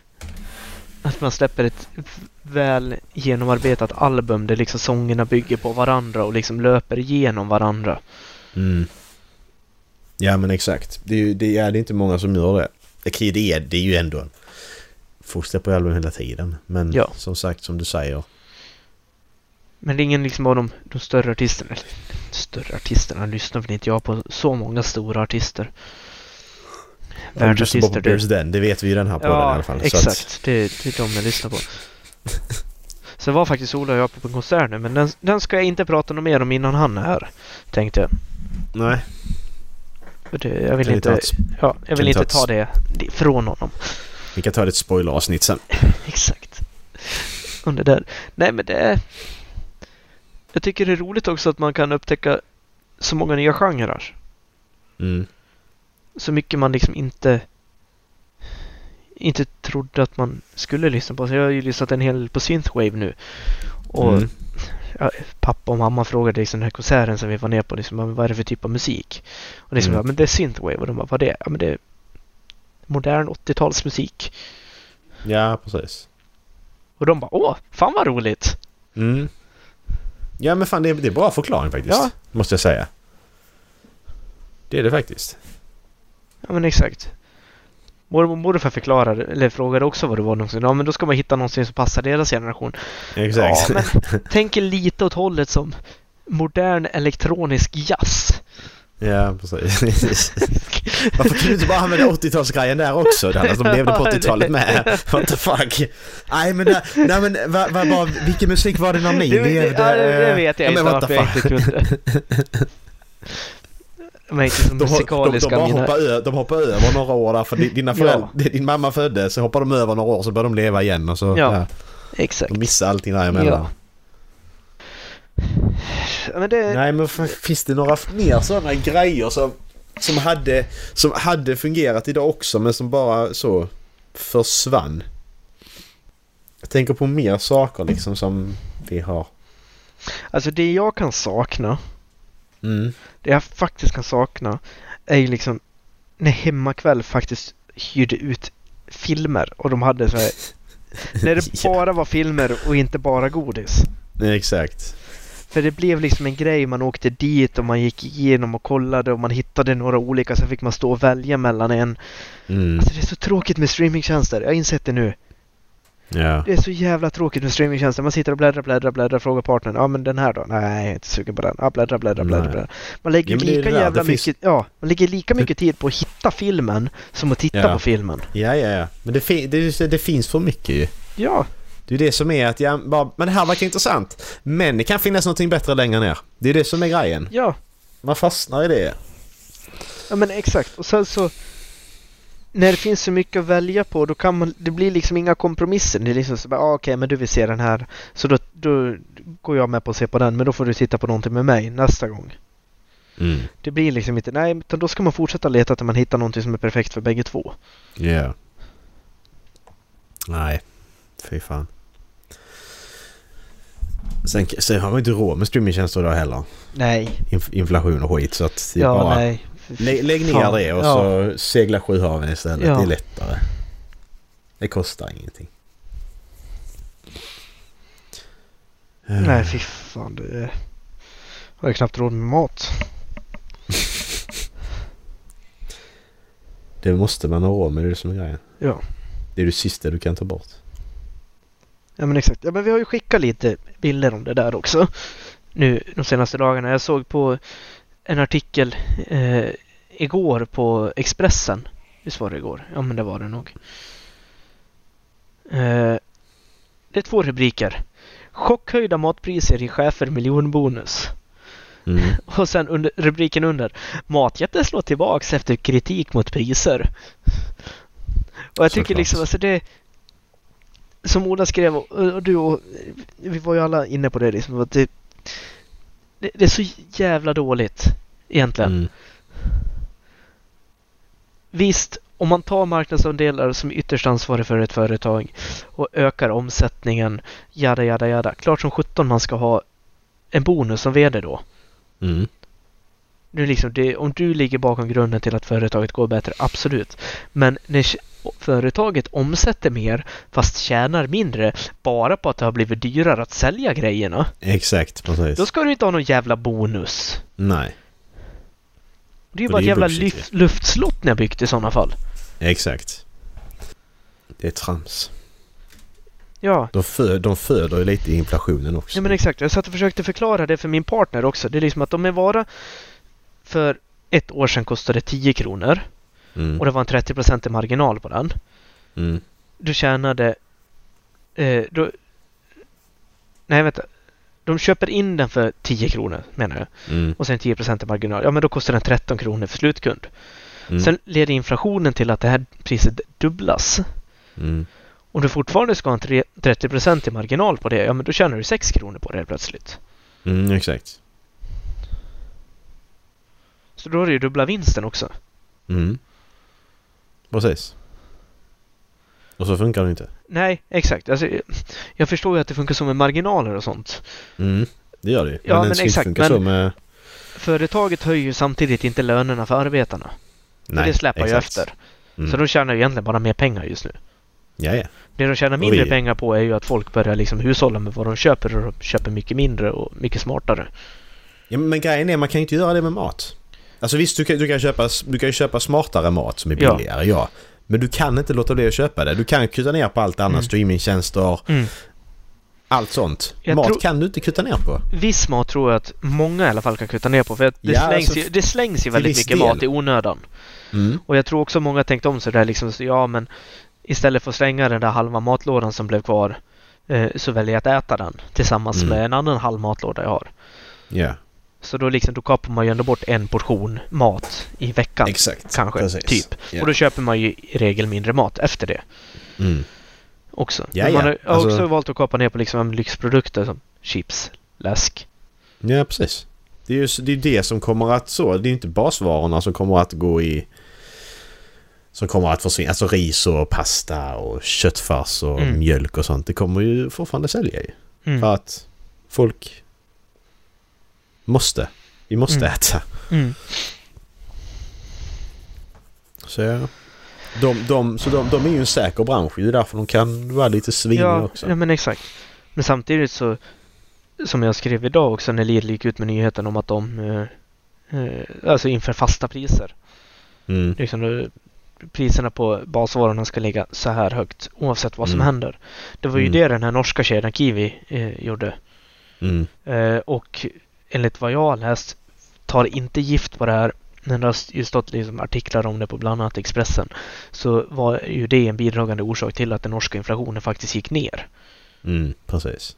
att man släpper ett väl genomarbetat album där liksom sångerna bygger på varandra och liksom löper igenom varandra. Mm. Ja, men exakt. Det är ju det är, det är inte många som gör det. Okej, det är, det är ju ändå en får på album hela tiden. Men ja. Som sagt, som du säger. Men det är ingen liksom av de, de större artisterna. Eller, större artisterna lyssnar väl inte jag på så många stora artister. Världsartister. Det, den, det vet vi ju den här podden ja, i alla fall. Exakt, att... det, det är de jag lyssnar på. Så var faktiskt Ola och jag på en konsert nu. Men den, den ska jag inte prata något mer om innan han är här. Tänkte jag. Nej. För det, jag vill kan inte, ett, ja, jag vill inte ta, ta det från honom. Vi kan ta ett spoiler-avsnitt sen. Exakt. Under där. Nej, men det är... Jag tycker det är roligt också att man kan upptäcka så många nya genrer. Mm. Så mycket man liksom inte inte trodde att man skulle lyssna på. Så jag har ju lyssnat en hel del på Synthwave nu. Och Mm. ja, pappa och mamma frågade liksom den här konserten som vi var ner på, liksom, vad är det för typ av musik? Och liksom, Mm. ja, men det är Synthwave. Och de bara, vad är det? Ja, men det är modern åttiotalsmusik. Ja, precis. Och de bara, åh, fan vad roligt. Mm. Ja, men fan, det är, det är bra förklaring faktiskt. Ja. Måste jag säga. Det är det faktiskt. Ja, men exakt. Mormor morfar förklarade, eller frågade också vad det var någonsin. Ja, men då ska man hitta någonting som passar deras generation. Exakt. Ja, men tänk lite åt hållet som modern elektronisk jazz. Ja, precis. Varför kan du inte bara använda åttiotalsgrejen där också? Där, alltså, de levde på åttiotalet med. What the fuck? Nej, men, nej, men va, va, va, vilken musik var det när ni Det, levde? ja, det, det vet jag ja, inte men, what varför the jag fuck? inte kunde. De är inte så De, de, musikaliska. de, bara mina... hoppar ö, de hoppar över några år där, för dina föräldrar, Ja. din mamma föddes, så hoppar de över några år så börjar de leva igen och så Ja, ja, exakt. de missar allting däremellan. Ja. Men det... Nej, men f- finns det några mer sådana grejer som, som, hade, som hade fungerat idag också, men som bara så försvann? Jag tänker på mer saker liksom som vi har. Alltså det jag kan sakna, Mm. det jag faktiskt kan sakna, är ju liksom när Hemmakväll faktiskt hyrde ut filmer och de hade så här, när det bara var filmer och inte bara godis. Nej, exakt. För det blev liksom en grej, man åkte dit och man gick igenom och kollade och man hittade några olika, så fick man stå och välja mellan en. Mm. Alltså det är så tråkigt med streamingtjänster, jag har insett det nu. Ja. Det är så jävla tråkigt med streamingtjänster. Man sitter och bläddrar, bläddrar, bläddrar, frågar partnern. Ja, men den här då? Nej, jag är inte sugen på den. Ja, bläddra, bläddra, bläddra, Nej. bläddra. Man lägger Ja, men det är lika det där, jävla det finns- mycket, ja, man lägger lika mycket tid på att hitta filmen som att titta Ja. på filmen. Ja, ja, ja. Men det, fi- det, det finns för mycket ju. Ja, Det är det som är att jag bara, men det här verkar intressant. Men det kan finnas någonting bättre längre ner. Det är det som är grejen. ja, Man fastnar i det. ja men exakt. Och sen så när det finns så mycket att välja på, då kan man, det blir liksom inga kompromisser. Det är liksom så bara, ah, okej, men du vill se den här. Så då, då går jag med på att se på den, men då får du titta på någonting med mig nästa gång. Mm. Det blir liksom inte, nej, utan då ska man fortsätta leta till man hittar någonting som är perfekt för bägge två. Ja. Yeah. Nej. Fy fan. Sen, sen har vi inte råd med streamingtjänster idag heller. Nej. Inf- inflation och skit. Så att det är Ja, bara... nej. Lä- lägg ner Fan. det och Ja. så segla Sjöhaven istället. Ja. Det är lättare. Det kostar ingenting. Nej, fy fan. Det har jag knappt råd med mat. Det måste man ha råd med, det är det som är grejen. Ja. Det är det sista du kan ta bort. Ja, men exakt. Ja, men vi har ju skickat lite bilder om det där också. Nu de senaste dagarna. Jag såg på en artikel eh, igår på Expressen. Visst var det igår? Ja, men det var det nog. Eh, det är två rubriker. Chockhöjda matpriser i chefer miljonbonus. Mm. Och sen under, rubriken under. Matjätten slår tillbaks efter kritik mot priser. Och jag tycker Såklart. liksom, alltså det, som Ola skrev och, och du och vi var ju alla inne på det liksom, att det, det, det är så jävla dåligt egentligen. Mm. Visst, om man tar marknadsandelar som ytterst ansvarig för ett företag och ökar omsättningen, jada jada jada. Klart som sjutton man ska ha en bonus som vd då. Mm. Nu liksom det, om du ligger bakom grunden till att företaget går bättre, absolut. Men när företaget omsätter mer fast tjänar mindre bara på att det har blivit dyrare att sälja grejerna, Exakt, precis. då ska du inte ha någon jävla bonus. Nej. Det är ju Och bara det ett är jävla bullshit, lyft, luftslott ni har byggt i sådana fall. Exakt. Det är trams. Ja. De, fö- de föder ju lite i inflationen också. Ja, men exakt. Jag satt och försökte förklara det för min partner också. Det är liksom att om en vara för ett år sedan kostade tio kronor Mm. och det var en trettio procent marginal på den. Mm. Du tjänade... Eh, då, nej, vänta. De köper in den för tio kronor, menar jag. Mm. Och sen tio procent marginal. Ja, men då kostar den tretton kronor för slutkund. Mm. Sen leder inflationen till att det här priset dubblas. Mm. Om du fortfarande ska ha en trettio procent i marginal på det, ja, men då tjänar du sex kronor på det plötsligt. Mm, exakt. Så då är det ju dubbla vinsten också. Mm. Precis. Och så funkar det inte. Nej, exakt. Alltså, jag förstår ju att det funkar som med marginaler och sånt. Mm, det gör det ju. Ja, men, men exakt. Men Men med... företaget höjer ju samtidigt inte lönerna för arbetarna. Nej, för det släpar exakt. ju efter. Mm. Så de tjänar ju egentligen bara mer pengar just nu. Ja, ja. Det de tjänar mindre vi... pengar på är ju att folk börjar liksom hushålla med vad de köper, och de köper mycket mindre och mycket smartare. Ja, men grejen är, man kan ju inte göra det med mat. Alltså visst, du kan, du kan, köpa, du kan ju köpa smartare mat som är billigare, ja. ja. Men du kan inte låta bli att köpa det. Du kan kutta ner på allt annat, mm. streamingtjänster, mm. allt sånt. Jag mat tror... kan du inte kutta ner på. Viss mat tror jag att många i alla fall kan kutta ner på. För att det, ja, slängs alltså, ju, det slängs ju väldigt mycket del. mat i onödan. Mm. Och jag tror också många tänkt om sig där liksom, så, ja men istället för att slänga den där halva matlådan som blev kvar eh, så väljer jag att äta den tillsammans mm. med en annan halv matlåda jag har. Ja. Yeah. Så då, liksom, då kapar man ju ändå bort en portion mat i veckan. Exakt. Kanske, precis. typ. Yeah. Och då köper man ju i regel mindre mat efter det. Mm. Också. Ja, Men man har ja. Alltså... också valt att kapa ner på liksom lyxprodukter som chips, läsk. Ja, precis. Det är ju det, är det som kommer att så. Det är inte basvarorna som kommer att gå i... Som kommer att försvinna. Alltså ris och pasta och köttfärs och mm. mjölk och sånt. Det kommer ju fortfarande sälja ju. Mm. För att folk måste. Vi måste mm. äta. Mm. Så ja. De, de, så de, de är ju en säker bransch. Det är därför de kan vara lite sviniga ja, också. Ja, men exakt. Men samtidigt så, som jag skrev idag också när Lidl gick ut med nyheten om att de eh, eh, alltså inför fasta priser. Mm. Liksom då, priserna på basvarorna ska ligga så här högt oavsett vad som mm. händer. Det var ju mm. det den här norska kedjan Kiwi eh, gjorde. Mm. Eh, och enligt vad jag har läst tar inte gift på det här. När det har ju stått liksom artiklar om det på bland annat Expressen, så var ju det en bidragande orsak till att den norska inflationen faktiskt gick ner. Mm, precis.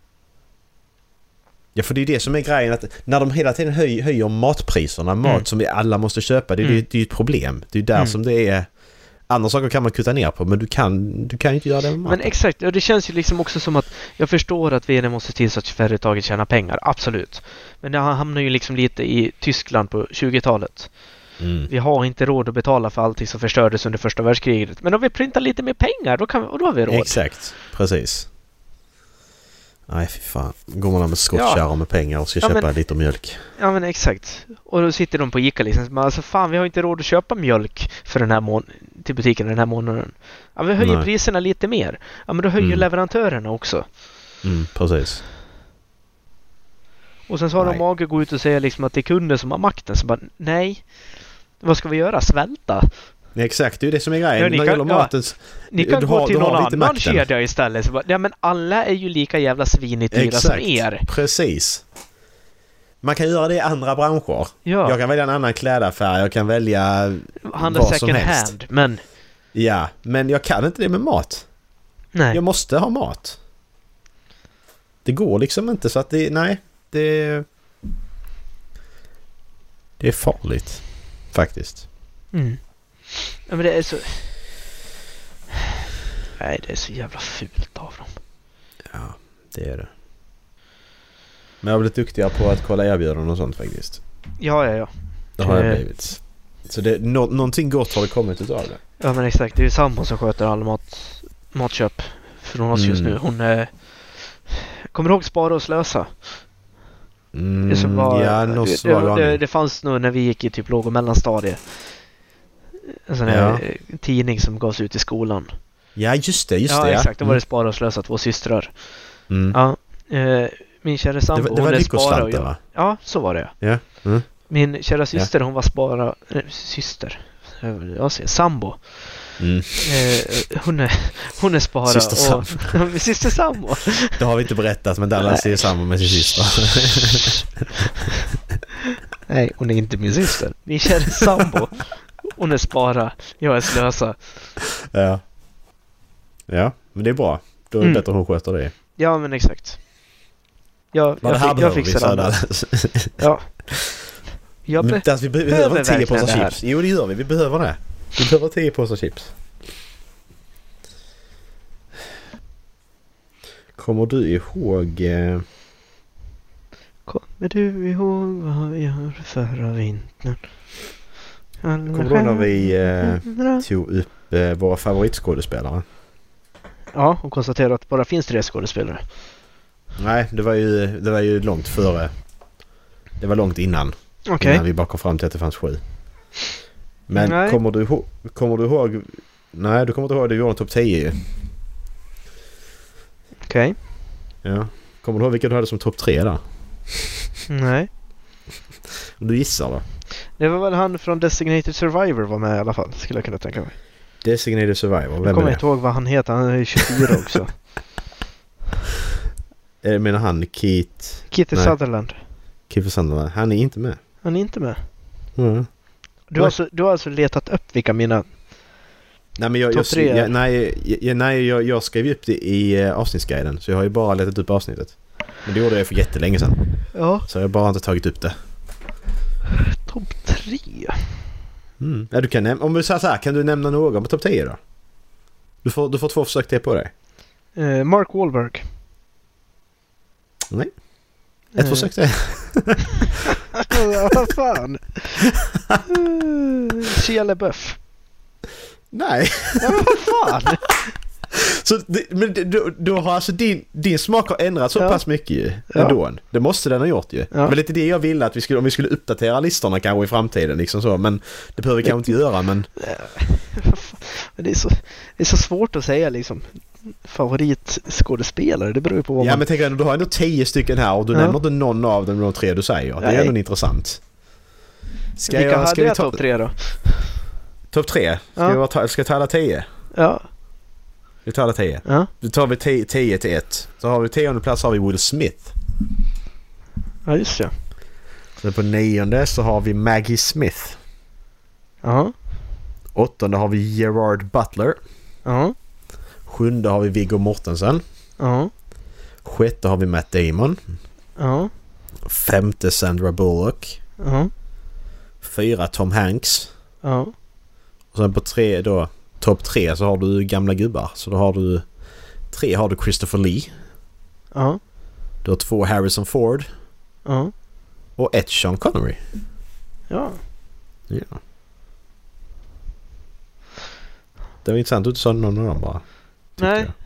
Ja, för det är det som är grejen, att när de hela tiden höj, höjer matpriserna, mat mm. som vi alla måste köpa, det, mm. det, det är ju ett problem. Det är ju där mm. som det är. Andra saker kan man kutta ner på, men du kan, du kan inte göra det med maten. Men exakt, och det känns ju liksom också som att jag förstår att vd måste till så att företaget tjänar pengar, absolut. Men det hamnar ju liksom lite i Tyskland på tjugotalet. Mm. Vi har inte råd att betala för allting som förstördes under första världskriget. Men om vi printar lite mer pengar, då, kan vi, och då har vi råd. Exakt, precis. Nej, fy fan. Går man där med skottkärror ja. med pengar och ska ja, köpa men, lite mjölk. Ja, men exakt. Och då sitter de på Ica liksom. Men alltså fan, vi har inte råd att köpa mjölk för den här mån- till butiken den här månaden. Ja, vi höjer Nej. priserna lite mer. Ja, men då höjer mm. leverantörerna också. Mm, precis. Och sen så har nej. de mage att gå ut och säga liksom att det är kunder som har makten. Så bara, nej. Vad ska vi göra? Svälta? Exakt, det är ju det som är grejen. Ja, ni kan, ja, matens, ni kan gå har, till någon annan kedja istället. Så bara, ja, men alla är ju lika jävla svinigt dyra som er. Precis. Man kan göra det i andra branscher. Ja. Jag kan välja en annan klädaffär. Jag kan välja handla vad second som helst. hand, men... Ja, men jag kan inte det med mat. Nej. Jag måste ha mat. Det går liksom inte, så att det... Nej, det... Det är farligt. Faktiskt. Mm. Ja, men det är så... Nej, det är så jävla fult av dem. Ja, det är det. Men jag har blivit duktigare på att kolla erbjudanden och sånt faktiskt. Ja, ja, ja. Det har jag blivit. Så det, nå- någonting gott har det kommit utav det. Ja, men exakt. Det är ju sambon som sköter all mat, matköp från oss mm. just nu. Hon eh, kommer ihåg Spara och Slösa. Mm, det, som var, ja, det, det, det, det fanns nog när vi gick i typ låg- och mellanstadie. En sån här ja. tidning som gavs ut i skolan. Ja, just det, just ja, det. Ja, exakt. Då mm. var det Spara och Slösa, två systrar. Mm. Ja, eh, min kära sambo, det, det var hon är Spara och jag. Va? Ja, så var det. Ja. Mm. Min kära syster, ja. hon var Spara... Äh, syster? Jag säger sambo. Mm. Eh, hon, är, hon är Spara syster sambo. och... min syster sambo. Det har vi inte berättat, men Dallas är sambo med sin syster. Nej, hon är inte min syster. Min kära sambo. Hon är Spara, jag är Slösa. Ja. Ja, men det är bra. Då är det mm. bättre att hon sköter det. Ja, men exakt. Jag, jag, jag, jag fixar det. Ja. Jag be- alltså, vi behöver, behöver tio påsar chips. Jo, det gör vi. Vi behöver det. Vi behöver tio påsar chips. Kommer du ihåg... Eh... Kommer du ihåg vad vi gjorde förra vintern? Kommer du ihåg när vi eh, tog upp eh, våra favoritskådespelare? Ja, och konstaterar att det bara finns tre skådespelare. Nej, det var ju, det var ju långt före. Det var långt innan. Okej. Okay. Innan vi bara kom fram till att det fanns sju. Men nej. kommer du, ihåg, kommer du ihåg... Nej, du kommer inte ihåg att du gjorde en topp tio ju. Okej. Okay. Ja. Kommer du ihåg vilka du hade som topp tre där? Nej. Du gissar då? Det var väl han från Designated Survivor var med i alla fall, skulle jag kunna tänka mig. Designated Survivor, vem jag kommer är det? inte ihåg vad han heter, han är tjugofyra också. Jag menar han, Keith... Keith Sutherland. Keith Sutherland, han är inte med. Han är inte med. Mm. Du, har alltså, du har alltså letat upp vilka mina... Nej, men jag, jag, jag, nej, jag, nej jag, jag skrev upp det i uh, avsnittsguiden. Så jag har ju bara letat upp avsnittet. Men det gjorde jag för jättelänge sedan. Ja. Så jag har bara inte tagit upp det. Topp tre? Mm. Ja, du kan näm- om du säger så här, kan du nämna någon på topp tio då? Du får, du får två försök till på dig. Uh, Mark Wahlberg. Nej. Ett uh. försök till. Vad fan? uh, Shia LaBeouf. Nej. Ja, men vad fan? Så det, men du, du har alltså din, din smak har ändrats så ja. pass mycket ju ändå. Ja. Det måste den ha gjort ju. Ja. Det var lite det jag ville att vi skulle, om vi skulle uppdatera listorna kanske i framtiden liksom så, men det behöver vi kanske inte göra, men men det är så det är så svårt att säga liksom favoritskådespelare, det beror ju på vad ja, man... men tänk dig, du har ändå tio stycken här och du ja. nämner inte någon av dem, de tre du säger. Det är ändå intressant. Ska Vilka jag, hade ska jag ta topp tre då? Topp tre? Ska, ja. jag ta, ska jag ta alla tio? Ja. Vi tar alla tio. Ja. Då tar vi tio, tio till ett. Så har vi tionde plats har vi Will Smith. Ja, just det. Så på nionde så har vi Maggie Smith. Ja. Åttonde har vi Gerard Butler. Ja. Sjunde har vi Viggo Mortensen. Ja. Sjätte har vi Matt Damon. Ja. Femte Sandra Bullock. Ja. Fyra Tom Hanks. Ja. Och sen på tre då, topp tre så har du gamla gubbar. Så då har du tre har du Christopher Lee. Ja. Du har två Harrison Ford. Ja. Och ett Sean Connery. Ja. Ja. Det var intressant att du inte sa någon av dem bara. Nej. Jag.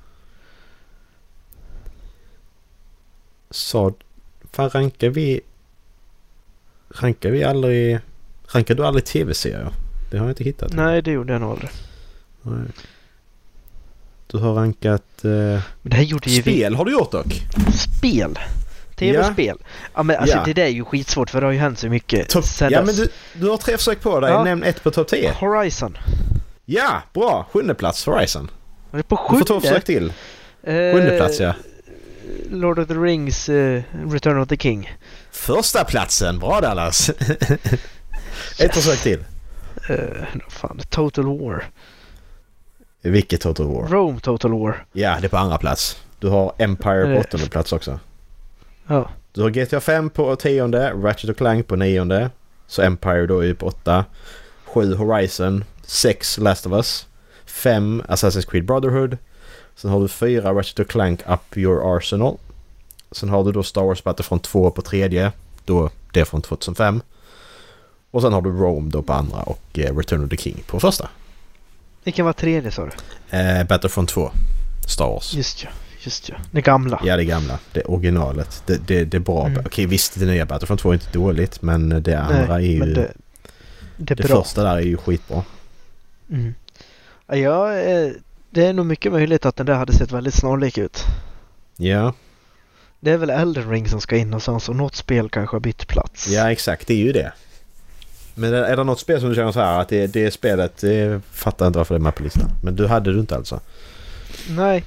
Så fan rankar vi rankar vi aldrig rankar du aldrig tv-serier? Det har jag inte hittat. Nej, det gjorde jag nog aldrig. Nej. Du har rankat uh, men det här gjorde ju spel vi... har du gjort dock? Spel? Tv-spel? Ja. ja, men alltså ja. det där är ju skitsvårt för det har ju hänt så mycket. Top... Ja, men du, du har tre försök på dig. Ja. Nämn ett på topp tio. Horizon. Ja, bra. Sjunde plats, Horizon. Var det på sjunde? Du får ta försök till. Sjunde plats, ja. Lord of the Rings, uh, Return of the King. Första platsen, bra Dallas. Ett försök till. Uh, fan, Total War. Vilket Total War? Rome Total War. Ja, det är på andra plats. Du har Empire på åttonde plats också. Ja. Du har G T A fem på tionde, Ratchet och Clank på nionde. Så Empire då är på åtta. Sju Horizon, sex Last of Us, fem Assassin's Creed Brotherhood. Sen har du fyra Ratchet och Clank Up Your Arsenal. Sen har du då Star Wars Battlefront två på tredje. Då det från tjugohundrafem. Och sen har du Rome då på andra och eh, Return of the King på första. Vilken var tredje sa du? Eh, Battlefront två. Star Wars. Just ja, just ja. Det gamla. Ja, det gamla. Det originalet. Det, det, det är bra. Mm. Okej, visst det nya Battlefront två är inte dåligt, men det andra Nej, är ju... Det, det, är det första där är ju skitbra. Mm. Ja, det är nog mycket möjligt att den där hade sett väldigt snarlik ut. Ja. Det är väl Elden Ring som ska in någonstans och något spel kanske har bytt plats. Ja, exakt. Det är ju det. Men är det något spel som du känner så här att det, det spelet, det fattar inte varför det är med på listan. Men du hade du inte alltså? Nej.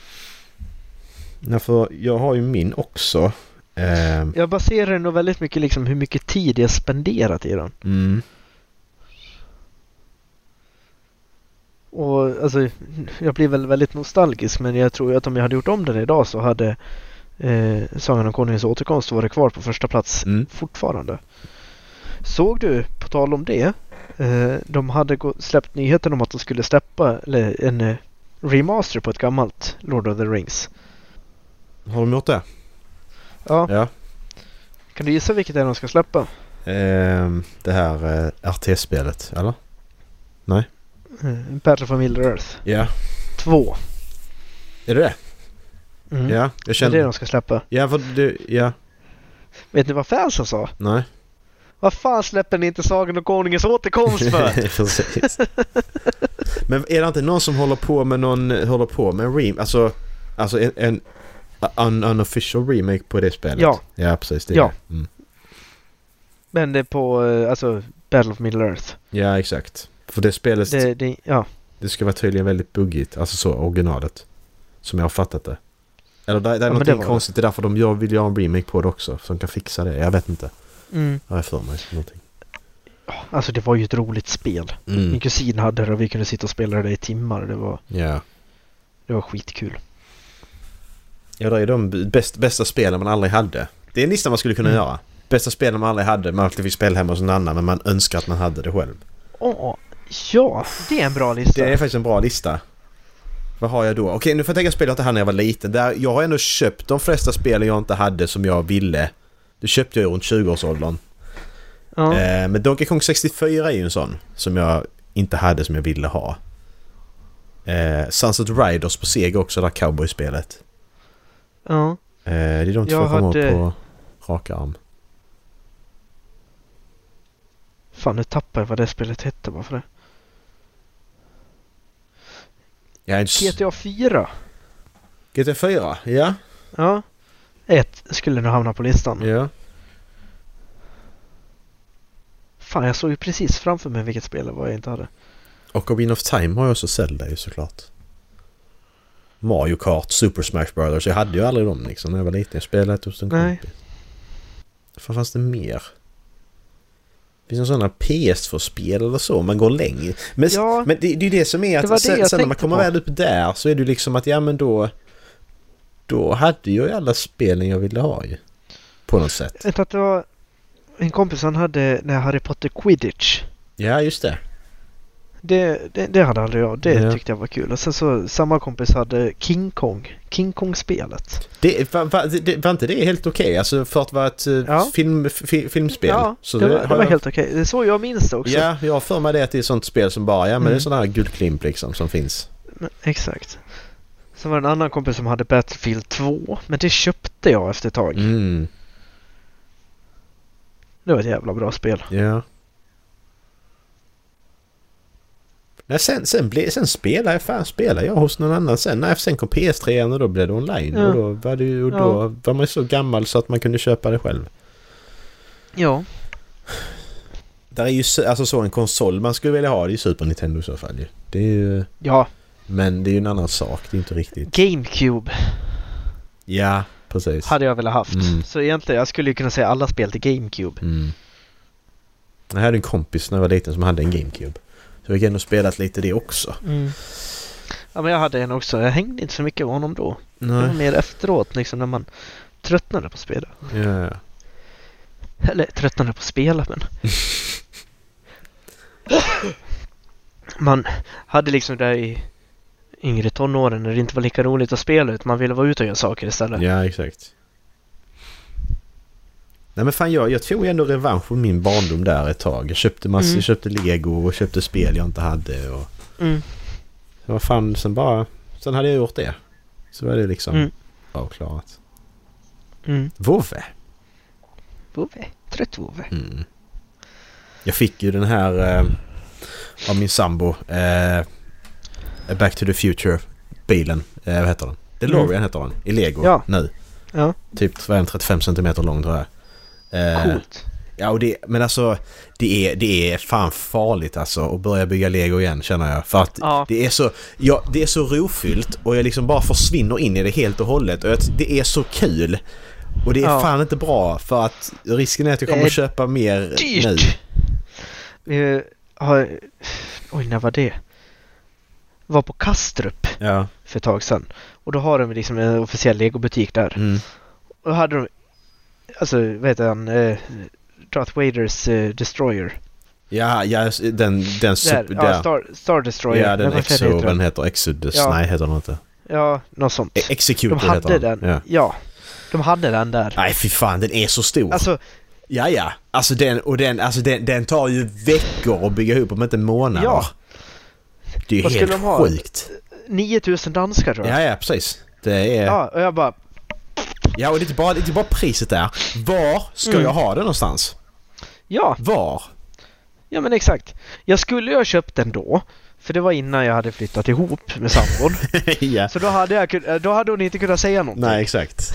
Ja, för jag har ju min också. Eh... Jag baserar nog väldigt mycket liksom hur mycket tid jag spenderat i den. Mm. Och alltså, jag blir väl väldigt nostalgisk, men jag tror att om jag hade gjort om den idag så hade eh, Sagan om Konungens återkomst varit kvar på första plats mm. fortfarande. Såg du, på tal om det, eh, de hade gå- släppt nyheten om att de skulle släppa eller, en eh, remaster på ett gammalt Lord of the Rings. Har de gjort det? Ja. ja. Kan du gissa vilket det är de ska släppa? Eh, det här eh, R T S-spelet, eller? Nej? Eh, Battle for Middle Earth. Ja. Två. Är det det? Mm. Ja, jag känner... Det är det de ska släppa. Ja, för det... Ja. Vet ni vad fansen sa? Nej. Vad fan släpper ni inte Sagan och Konungens återkomst för? Precis. Men är det inte någon som håller på med någon... Håller på med en remake? Alltså... Alltså en... en un, unofficial remake på det spelet? Ja. Ja, precis. Det ja. Mm. Men det är på... Alltså... Battle of Middle Earth. Ja, exakt. För det spelet... Det, det, ja. det ska vara tydligen väldigt buggigt. Alltså så, originalet. Som jag har fattat det. Eller det, det är ja, någonting det konstigt. Det är därför de gör, vill göra en remake på det också. Som kan fixa det. Jag vet inte. Mm. Jag har för mig någonting. Alltså det var ju ett roligt spel. Mm. Min kusin hade det och vi kunde sitta och spela det i timmar. Det var, ja. det var skitkul. Ja, det är de bäst, bästa spelen man aldrig hade. Det är en lista man skulle kunna mm. göra. Bästa spelen man aldrig hade. Man alltid fick spela hemma hos någon annan. Men man önskar att man hade det själv. Åh, ja. Det är en bra lista. Det är faktiskt en bra lista. Vad har jag då? Okej, nu får jag tänka spela det här när jag var liten. Där jag har ändå köpt de flesta spelen jag inte hade som jag ville. Det köpte jag runt tjugo-årsåldern. Ja. Eh, men Donkey Kong sextiofyra är ju en sån som jag inte hade som jag ville ha. Eh, Sunset Riders på Sega också, där cowboy-spelet. Ja. Eh, det är de två jag jag kommer hade... på raka arm. Fan, nu tappar jag vad det spelet hette. Varför det? Ja, G T A fyra. G T A fyra, ja. Ja. Ett skulle nog hamna på listan. Ja. Fan, jag såg ju precis framför mig vilket spel det var jag inte hade. Och Ocarina of Time har jag också Zelda ju såklart. Mario Kart, Super Smash Brothers. Jag hade ju aldrig dem liksom när jag var liten. Jag spelade hos en Nej. kompis. Vad fanns det mer? Finns det sådana P S två-spel eller så? Man går längre. Men, ja, men det, det är ju det som är att det det sen, sen när man kommer på. väl upp där så är det ju liksom att ja men då då hade jag ju alla spelen jag ville ha ju. På något sätt. Jag vet att det var en kompis han hade när Harry Potter Quidditch. Ja, just det. Det, det, det hade aldrig jag. Det ja. tyckte jag var kul. Och sen så samma kompis hade King Kong. King Kong-spelet. Det, va, va, det, var inte det helt okej? Okay? Alltså för att vara ett ja. film, fi, filmspel. Ja, så det, det, var, det var jag... helt okej. Okay. Det är så jag minns det också. Ja, jag har för mig det att det är sånt spel som bara, ja men mm. det är sådana här guldklimp liksom som finns. Men, exakt. Sen var det en annan kompis som hade Battlefield två. Men det köpte jag efter ett tag. Mm. Det var ett jävla bra spel. Ja. Nej, sen, sen, ble, sen spelade jag fan spelade jag hos någon annan sen. Nej, sen kom P S tre och då blev det online. Ja. Och då, var, det, och då ja. var man så gammal så att man kunde köpa det själv. Ja. Där är ju alltså så en konsol man skulle vilja ha, det är ju Super Nintendo i så fall. Det är ju... Ja. Men det är ju en annan sak, det är inte riktigt. GameCube. Ja, precis. Hade jag velat haft. Mm. Så egentligen, jag skulle ju kunna säga alla spel till GameCube. Mm. Jag hade en kompis när jag var liten som hade en GameCube. Så jag har ändå spelat lite det också. Mm. Ja, men jag hade en också. Jag hängde inte så mycket med honom då. Nej. Det var mer efteråt, liksom när man tröttnade på spelet. Ja. Eller tröttnade på spelet, men... man hade liksom där i yngre tonåren när det inte var lika roligt att spela ut. Man ville vara ute och göra saker istället. Ja, exakt. Nej men fan, jag, jag tog ändå revansch på min barndom där ett tag. Jag köpte massor, mm. köpte Lego och köpte spel jag inte hade. Och... Mm. Så vad fan, sen bara... Sen hade jag gjort det. Så var det liksom mm. avklarat. Mm. Vove. Vove. Trött Vove. Mm. Jag fick ju den här eh, av min sambo eh, Back to the Future bilen. Eh, vad heter den? DeLorean mm. heter den. I Lego ja. nu. Ja. Typ trettiofem centimeter lång tror jag. Eh, Coolt. Ja, och det, men alltså det är, det är fan farligt alltså att börja bygga Lego igen känner jag. För att ja. det är så ja, det är så rofyllt och jag liksom bara försvinner in i det helt och hållet. Och det är så kul. Och det är ja. fan inte bra för att risken är att jag kommer att köpa mer dyrt. nu. Vi har... Oj, när var det? Var på Kastrup ja. för ett tag sedan. Och då har de liksom en officiell Lego-butik där. Mm. Och då hade de... Alltså, vad heter han? Uh, Darth Vaders uh, Destroyer. Ja, ja den, den super... Där, ja, Star, Star Destroyer. Ja, den Exo, heter den heter Exodus. Ja. Nej, heter den inte. Ja, något sånt. E- Executor de hade heter den. den. Ja. ja, de hade den där. Nej, fy fan, den är så stor. Alltså... Ja, ja. Alltså den, och den, alltså den, den tar ju veckor att bygga ihop om inte månader. Ja. Det är ju helt de sjukt. nio tusen danskar tror jag. Ja, ja, precis. Det är... Ja, och jag bara... Ja, och det är inte bara, det är inte bara priset där. Var ska mm. jag ha det någonstans? Ja. Var? Ja, men exakt. Jag skulle ju ha köpt den då. För det var innan jag hade flyttat ihop med sambon. Ja. Så då hade, jag, då hade hon inte kunnat säga någonting. Nej, exakt.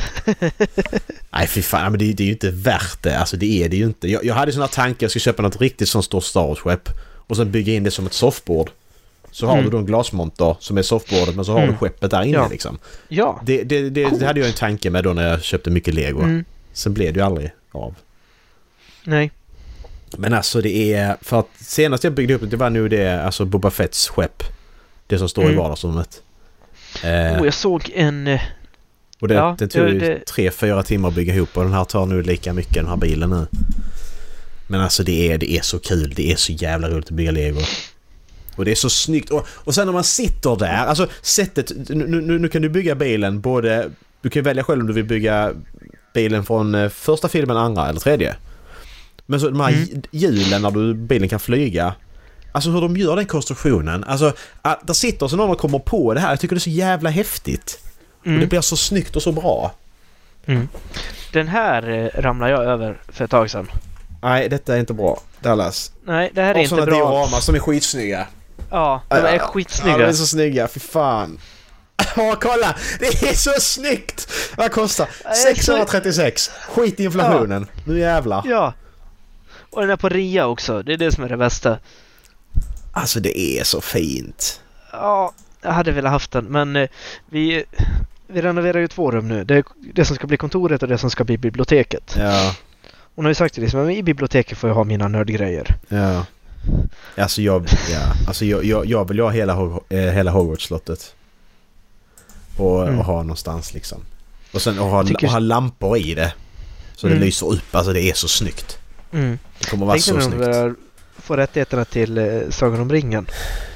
Nej, fy fan. Men det, det är ju inte värt det. Alltså, det är det ju inte. Jag, jag hade såna tankar att jag skulle köpa något riktigt som står Star Wars-skepp. Och sen bygga in det som ett softboard. Så har mm. du då en glasmonter som är softboardet, men så har mm. du skeppet där inne ja. liksom. Ja. Det, det, det, det hade jag en tanke med då när jag köpte mycket Lego. Mm. Sen blev det ju aldrig av. Nej. Men alltså det är... För att senast jag byggde upp det, det var nu det, alltså Boba Fetts skepp. Det som står mm. i vardagsrummet. Eh, oh, jag såg en... Och det, ja, det tog ju det... tre, fyra timmar att bygga ihop och den här tar nu lika mycket, den här bilen nu. Men alltså det är, det är så kul, det är så jävla roligt att bygga Lego. Och det är så snyggt. Och, och sen när man sitter där, alltså sättet, nu, nu, nu kan du bygga bilen både, du kan välja själv om du vill bygga bilen från första filmen, andra eller tredje. Men så de här mm. hjulen när du, bilen kan flyga, alltså hur de gör den konstruktionen, alltså att där sitter så någon och kommer på det här, jag tycker det är så jävla häftigt. Mm. Och det blir så snyggt och så bra. Mm. Den här eh, ramlar jag över för ett tag sedan. Nej, detta är inte bra. Dallas. Nej, det här är och inte bra. Och sådana dioramar som är skitsnygga. Ja, de är skitsnygga. Ja, de är så snygga, för fan. Ja, kolla! Det är så snyggt! Vad kostar? sexhundratrettiosex. Skit i inflationen. Ja. Nu jävlar. Ja. Och den är på rea också. Det är det som är det bästa. Alltså, det är så fint. Ja, jag hade velat haft den. Men eh, vi, vi renoverar ju två rum nu. Det är det som ska bli kontoret och det som ska bli biblioteket. Ja. Hon har ju sagt det liksom, i biblioteket får jag ha mina nördgrejer. Ja. Alltså jag, ja. alltså jag, jag, jag vill ha hela, hela Hogwarts-slottet. Och, mm. och ha någonstans liksom. Och sen och ha, tycker... och ha lampor i det. Så mm. det lyser upp, alltså det är så snyggt. Mm. Det kommer vara så snyggt. De får rättigheterna till eh, Sagan om ringen.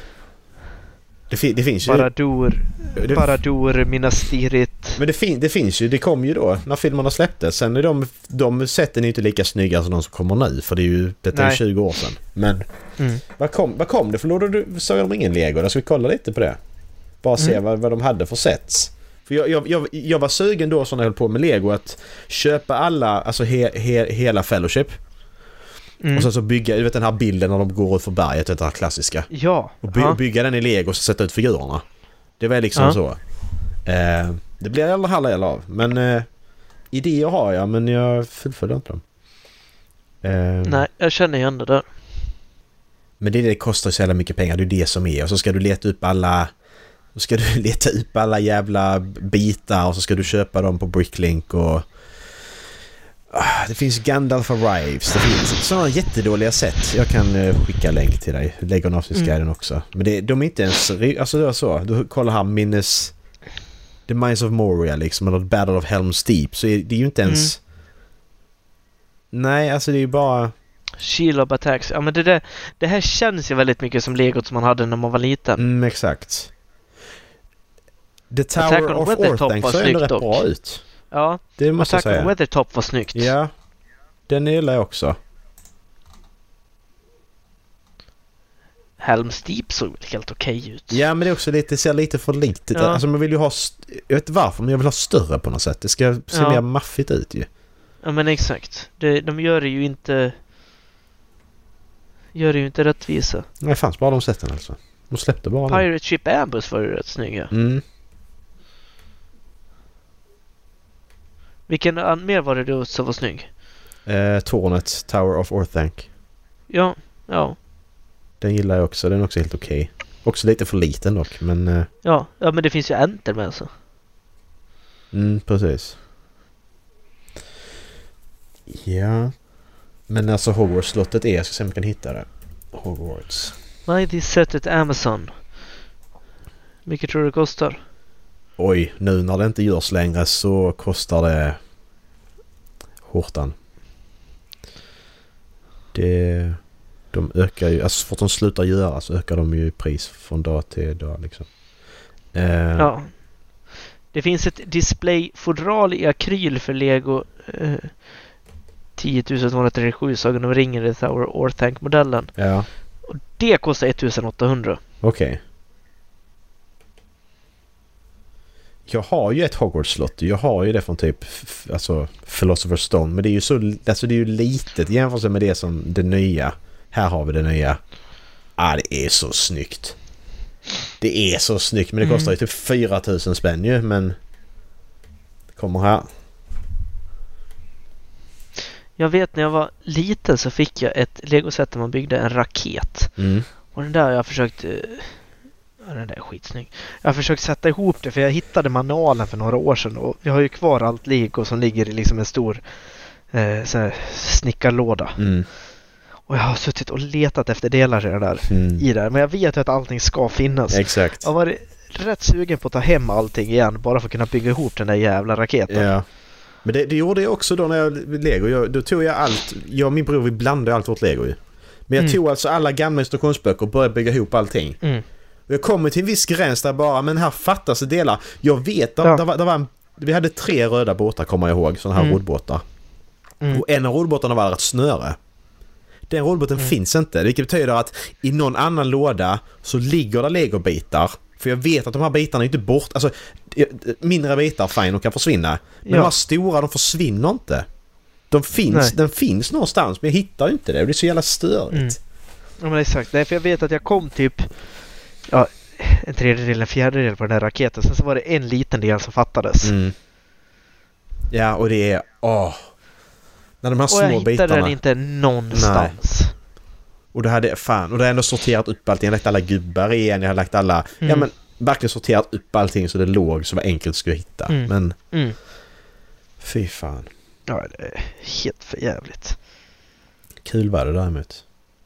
Det, fi- det finns ju... Baradur, det... Baradur, Minas Tirith. Men det, fin- det finns ju, det kom ju då när filmerna släpptes. Sen är de, de sätten är inte lika snygga som de som kommer nu. För det är ju, detta är tjugo år sedan. Men mm. vad, kom, vad kom det för då du Sagan om ringen Lego? Då ska vi kolla lite på det. Bara se mm. vad, vad de hade för sets. För jag, jag, jag, jag var sugen då, så när jag höll på med Lego, att köpa alla, alltså he, he, hela Fellowship. Mm. Och sen så bygga, du vet den här bilden när de går ut för berget, det här klassiska. Ja. Och by, bygga den i Lego och sätta ut figurerna. Det var liksom ja. så. Eh, det blir alla halva av. Men eh, idéer har jag, men jag fullföljer inte dem. Eh, Nej, jag känner igen det där. Men det, det kostar så jävla mycket pengar, det är det som är. Och så ska du leta upp alla så ska du leta upp alla jävla bitar och så ska du köpa dem på Bricklink och det finns Gandalf Arrives. Det finns sådana jättedåliga sätt. Jag kan uh, skicka länk till dig. Lägger Navsguiden mm. också. Men det, de är inte ens... Alltså det var så. Du kollar här minnes... The Mines of Moria liksom. Eller Battle of Helm's Deep. Så är, det är ju inte ens... Mm. Nej, alltså det är ju bara... Shield Attacks. Ja, men det, där, det här känns ju väldigt mycket som Legot som man hade när man var liten. Mm, exakt. The Tower of Orthanc ser ändå rätt bra ut. Ja, det måste jag säga. Weathertop var snyggt. Ja, den gillar jag också. Helm's Deep såg väl helt okej okay ut. Ja, men det är också lite, ser lite för litet. Ja. Alltså man vill ju ha, jag vet inte varför, men jag vill ha större på något sätt. Det ska se ja. mer maffigt ut ju. Ja, men exakt. Det, de gör det ju inte gör det ju inte rättvisa. Nej, fanns bara de sätten alltså. De släppte bara Pirate den. Ship Ambush var ju rätt snygga. Mm. Vilken an- mer var det då som var snygg? Eh, Tornet, Tower of Orthanc. Ja, ja. Den gillar jag också, den är också helt okej. Okay. Också lite för liten dock, men... Eh... Ja, ja, men det finns ju enter med alltså. Mm, precis. Ja. Men alltså Hogwarts-slottet är, jag ska se om jag kan hitta det. Hogwarts. Nej, det är sättet Amazon. Mycket tror du det kostar? Oj, nu när det inte görs längre så kostar det hårtan. Det, de ökar ju, alltså för att de slutar göra så ökar de ju pris från dag till dag liksom. Eh. Ja. Det finns ett displayfodral i akryl för Lego eh, tio tusen tvåhundratrettiosju Sagan om ringen i Tower Orthanc-modellen. Ja. Och det kostar ettusen åttahundra. Okej. Okay. jag har ju ett Hogwarts-slott. Jag har ju det från typ f- alltså Philosopher's Stone. Men det är ju så, alltså det är ju litet jämfört med det som det nya. Här har vi det nya. Ah, det är så snyggt. Det är så snyggt. Men det kostar ju typ fyra tusen spänn ju. Men det kommer här. Jag vet när jag var liten så fick jag ett Lego-set där man byggde en raket. Mm. Och den där har jag försökt... Ja, den där är skitsnygg. Jag har försökt sätta ihop det för jag hittade manualen för några år sedan. Och vi har ju kvar allt Lego som ligger i liksom en stor eh, så här snickarlåda. Mm. Och jag har suttit och letat efter delar i det där. Mm. I där. Men jag vet ju att allting ska finnas. Exakt. Jag har varit rätt sugen på att ta hem allting igen. Bara för att kunna bygga ihop den där jävla raketen. Ja. Men det, det gjorde jag också då när jag Lego. Jag, då tog jag allt. Jag och min bror vi blandade allt vårt Lego ju. Men jag Mm. tog alltså alla gamla instruktionsböcker och började bygga ihop allting. Mm. Och jag kommer till en viss gräns där bara, men här fattas det delar. Jag vet att Ja. det var, det var en, vi hade tre röda båtar, kommer jag ihåg. Sådana här Mm. roddbåtar. Mm. Och en av roddbåtarna var ett snöre. Den roddbåten Mm. finns inte. Vilket betyder att i någon annan låda så ligger det legobitar. För jag vet att de här bitarna är inte bort. Alltså, mindre bitar, fine, de kan försvinna. Men Ja. de här stora, de försvinner inte. De finns, Nej. den finns någonstans, men jag hittar inte det. Det är så jävla störigt. Mm. Ja, men exakt. Nej, för jag vet att jag kom typ ja, en tredjedel, en fjärdedel på den här raketen. Sen så var det en liten del som fattades. Mm. Ja, och det är... Åh. När de här och små jag hittade bitarna... den inte någonstans. Och det hade fan, och det hade ändå sorterat upp allting. Jag hade lagt alla gubbar igen, jag hade lagt alla... Mm. Ja, men verkligen sorterat upp allting så det låg så var enkelt skulle hitta. Mm. Men... Mm. Fy fan. Ja, det är helt för jävligt. Kul var det däremot.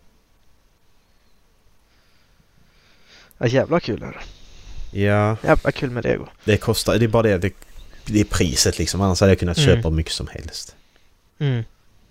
Ja, jävla kul är det. Ja, Jävla kul med Lego. det kostar... Det är bara det, det, det är priset liksom. Annars hade jag kunnat Mm. köpa mycket som helst. Mm.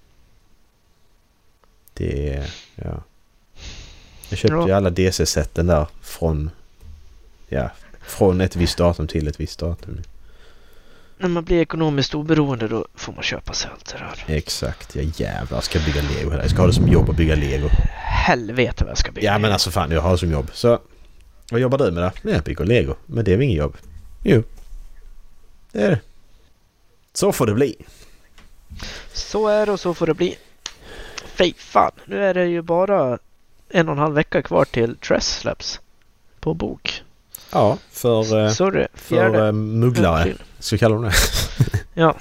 Det är... Ja. Jag köpte Ja. ju alla D C-sätten där från... Ja, från ett visst datum till ett visst datum. När man blir ekonomiskt oberoende då får man köpa sig allt det där. Exakt, jag jävlar ska bygga Lego här. Jag ska ha det som jobb att bygga Lego. Helvete vad jag ska bygga. Ja, men alltså fan, jag har det som jobb. Så, vad jobbar du med då? Nej, jag bygger Lego. Men det är väl ingen jobb? Jo. Det är det. Så får det bli. Så är det och så får det bli. Fy fan, nu är det ju bara en och en halv vecka kvar till Tress släpps på bok. Ja, för, eh, Sorry, för fjärde eh, mugglare. april. Ska vi kalla dem det? Ja.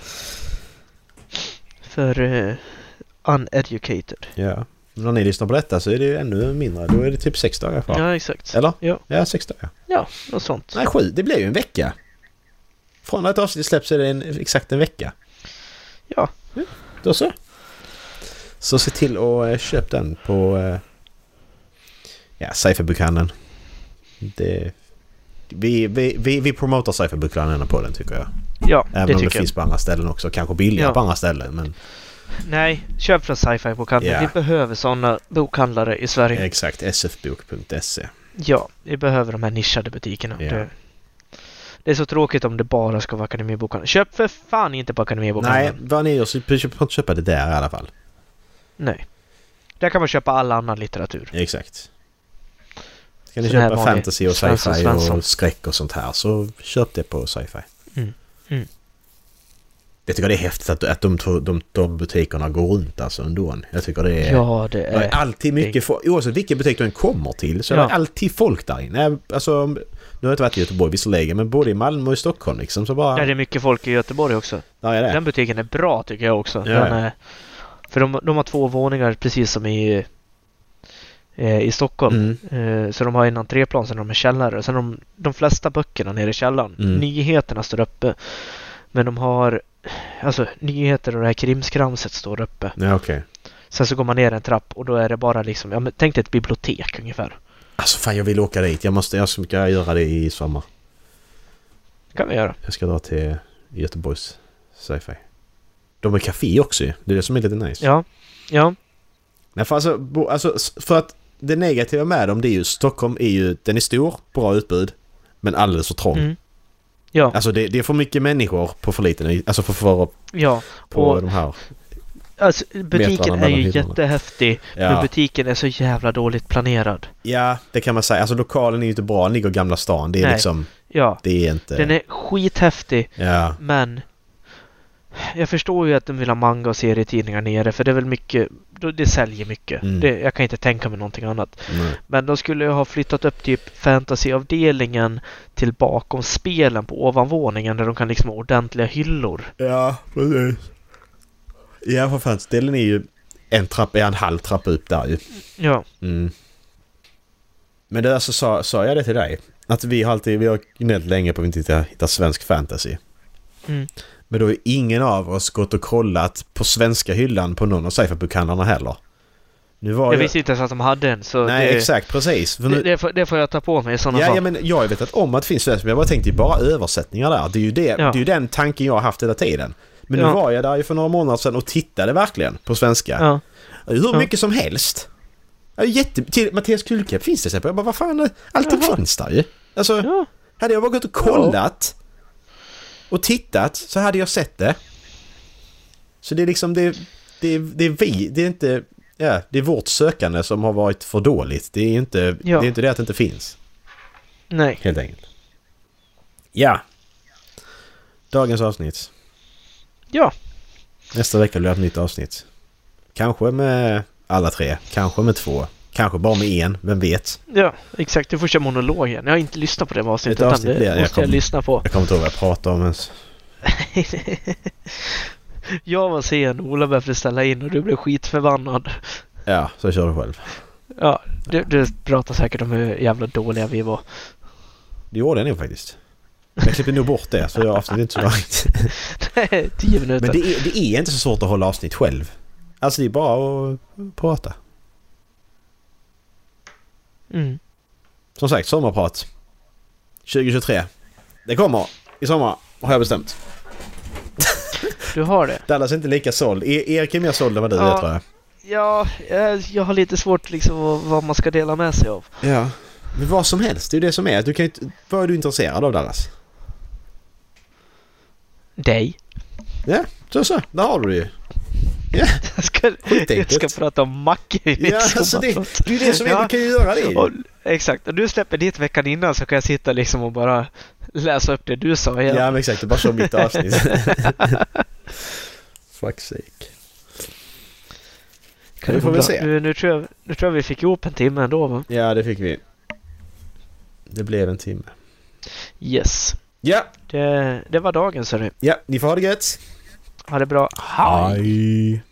För uh, uneducated. Ja. Men när ni lyssnar på detta så är det ju ännu mindre. Då är det typ sex dagar kvar. Ja, exakt. Eller? Ja. Ja, sex dagar. Ja, något sånt. Nej, sju. Det blir ju en vecka. Från att avsnitt släpps så är det en, exakt en vecka. Ja. Då så. Så se till att uh, köpa den på uh, ja, Cypherbokhandeln. Det vi, vi, vi, vi promotar Cypherbokhandeln på den tycker jag. Ja, Även det om det tycker finns jag. på andra ställen också. Kanske billigare Ja. på andra ställen. Men Nej, köp från Sci-Fi bokhandeln. Ja. Vi behöver sådana bokhandlare i Sverige. exakt. s f bok punkt se. Ja, vi behöver de här nischade butikerna. Ja. Det, det är så tråkigt om det bara ska vara Akademibokhandeln. Köp för fan inte på Nej, Akademibokhandeln. vad ni gör så får inte köpa det där i alla fall. Nej. Där kan man köpa all annan litteratur. Exakt. Ska ni Sån här köpa vanlig fantasy och Svensson, sci-fi Svensson. och skräck och sånt här så köp det på sci-fi. Mm. Mm. Jag tycker det är häftigt att, att de, de, de, de butikerna går runt alltså ändå. Jag tycker det är... Ja, det Det är är... alltid mycket folk. Oavsett vilken butik du än kommer till så är Ja. det alltid folk där inne. Alltså, nu har jag inte varit i Göteborg visserligen, men både i Malmö och i Stockholm liksom så bara... Ja, det är mycket folk i Göteborg också. Ja, är det. Den butiken är bra tycker jag också. Ja, Den ja. är, för de, de har två våningar precis som i eh, i Stockholm. Mm. Eh, så de har en entréplan, sen har de en källare. Sen har de de flesta böckerna nere i källaren. Mm. Nyheterna står uppe. Men de har alltså nyheter och det här krimskramset står uppe. Ja, okej. Sen så går man ner en trapp och då är det bara liksom, ja men tänk dig ett bibliotek ungefär. Alltså fan, jag vill åka dit. Jag måste, jag ska göra det i sommar. Det kan vi göra. Jag ska dra till Göteborgs sci-fi. De har café också ju. Det är det som är lite nice. Ja, ja. Nej, för alltså, bo, alltså, för att det negativa med dem det är ju Stockholm är ju, den är stor, bra utbud, men alldeles för trång. Mm. Ja, Alltså det, det är för mycket människor på för liten, alltså för, för ja. på Och de här. alltså, butiken metrarna är mellan ju hyllorna. jättehäftig. Ja. Men butiken är så jävla dåligt planerad. Ja, det kan man säga. Alltså lokalen är ju inte bra, den ligger i Gamla stan. Det är Nej. liksom, Ja, Det är inte... den är skithäftig. Ja. Men jag förstår ju att de vill ha manga och serietidningar nere. För det är väl mycket... Det säljer mycket. Mm. Det, jag kan inte tänka mig någonting annat. Nej. Men de skulle ju ha flyttat upp typ fantasyavdelningen till bakom spelen på ovanvåningen. Där de kan liksom ha ordentliga hyllor. Ja, precis. Ja, för fan. Ställen är ju en trappa, en halv trappa upp där ju. Ja. Mm. Men det alltså sa, sa jag det till dig. Att vi har alltid, vi har gnällt länge på att vi inte hittar, hittar svensk fantasy. Mm. Men då är ingen av oss gått och kollat på svenska hyllan på någon av sci-fi-bokhandlarna heller. Nu var Jag jag visste inte ens att de hade en. Så Nej, det, exakt, precis. För nu... det, det, får, det får jag ta på mig i sådana Ja, fall. ja, men jag vet att om att det finns svensk, men jag bara tänkte bara översättningar där. Det är ju, det, Ja. det är ju den tanken jag har haft hela tiden. Men nu Ja. var jag där ju för några månader sedan och tittade verkligen på svenska. Ja. Hur Ja. mycket som helst. Ja, jätte... Till Mattias Kullkepp finns det exempel. Jag bara, vad fan, allting Jaha. finns där ju. Alltså, Ja. hade jag bara gått och kollat och tittat så hade jag sett det. Så det är liksom, det, det, det är vi, det är inte, ja, det är vårt sökande som har varit för dåligt. Det är inte, Ja. det är inte det att det inte finns. Nej. Helt enkelt. Ja. Dagens avsnitt. Ja. Nästa vecka blir det ett nytt avsnitt. Kanske med alla tre. Kanske med två. Kanske bara med en. Vem vet? Ja, exakt. Du får köra monologen. Jag har inte lyssnat på det avsnittet. Ett Utan avsnitt det blir- jag måste jag, kommer- lyssna på. Jag kommer inte ihåg vad jag pratar om ens. Jag var sen. Ola behövde ställa in och du blev skitförbannad. Ja, så kör du själv. Ja, du, du pratar säkert om hur jävla dåliga vi var. Det gjorde jag nog faktiskt. Jag klipper nog bort det, så jag avsnitt inte så långt. Tio minuter. Men det är, det är inte så svårt att hålla avsnitt själv. Alltså det är bara att prata. Mm. Som sagt, sommarprat. tjugo tjugotre. Det kommer i sommar, har jag bestämt. Du har det. Dallas är inte lika såld. E- Erik är mer såld än vad du Ja. är, tror jag. Ja, jag, jag har lite svårt liksom vad, vad man ska dela med sig av. Ja. Men vad som helst, det är ju det som är. Du kan ju, inte- vad är du intresserad av, Dallas? Dig. Ja, så så. Där har du det ju. Ja, Jag ska, jag Skitenkelt. ska prata om mackor i mitt ja alltså det, sommarprat. det är ju det som är. Ja. Du kan ju göra det. Och, exakt, och du släpper dit veckan innan så kan jag sitta liksom och bara läsa upp det du sa igen. Ja, men exakt. Det är bara så mitt avsnitt. Fuck sake. Kan vi det får gå väl bra? se. Nu, nu, tror jag, nu tror jag vi fick ihop en timme ändå, va? Ja, det fick vi. Det blev en timme. Yes. Ja, Det, det var dagens, hörru. ja, ni får ha det gött. Ha det bra. Hej.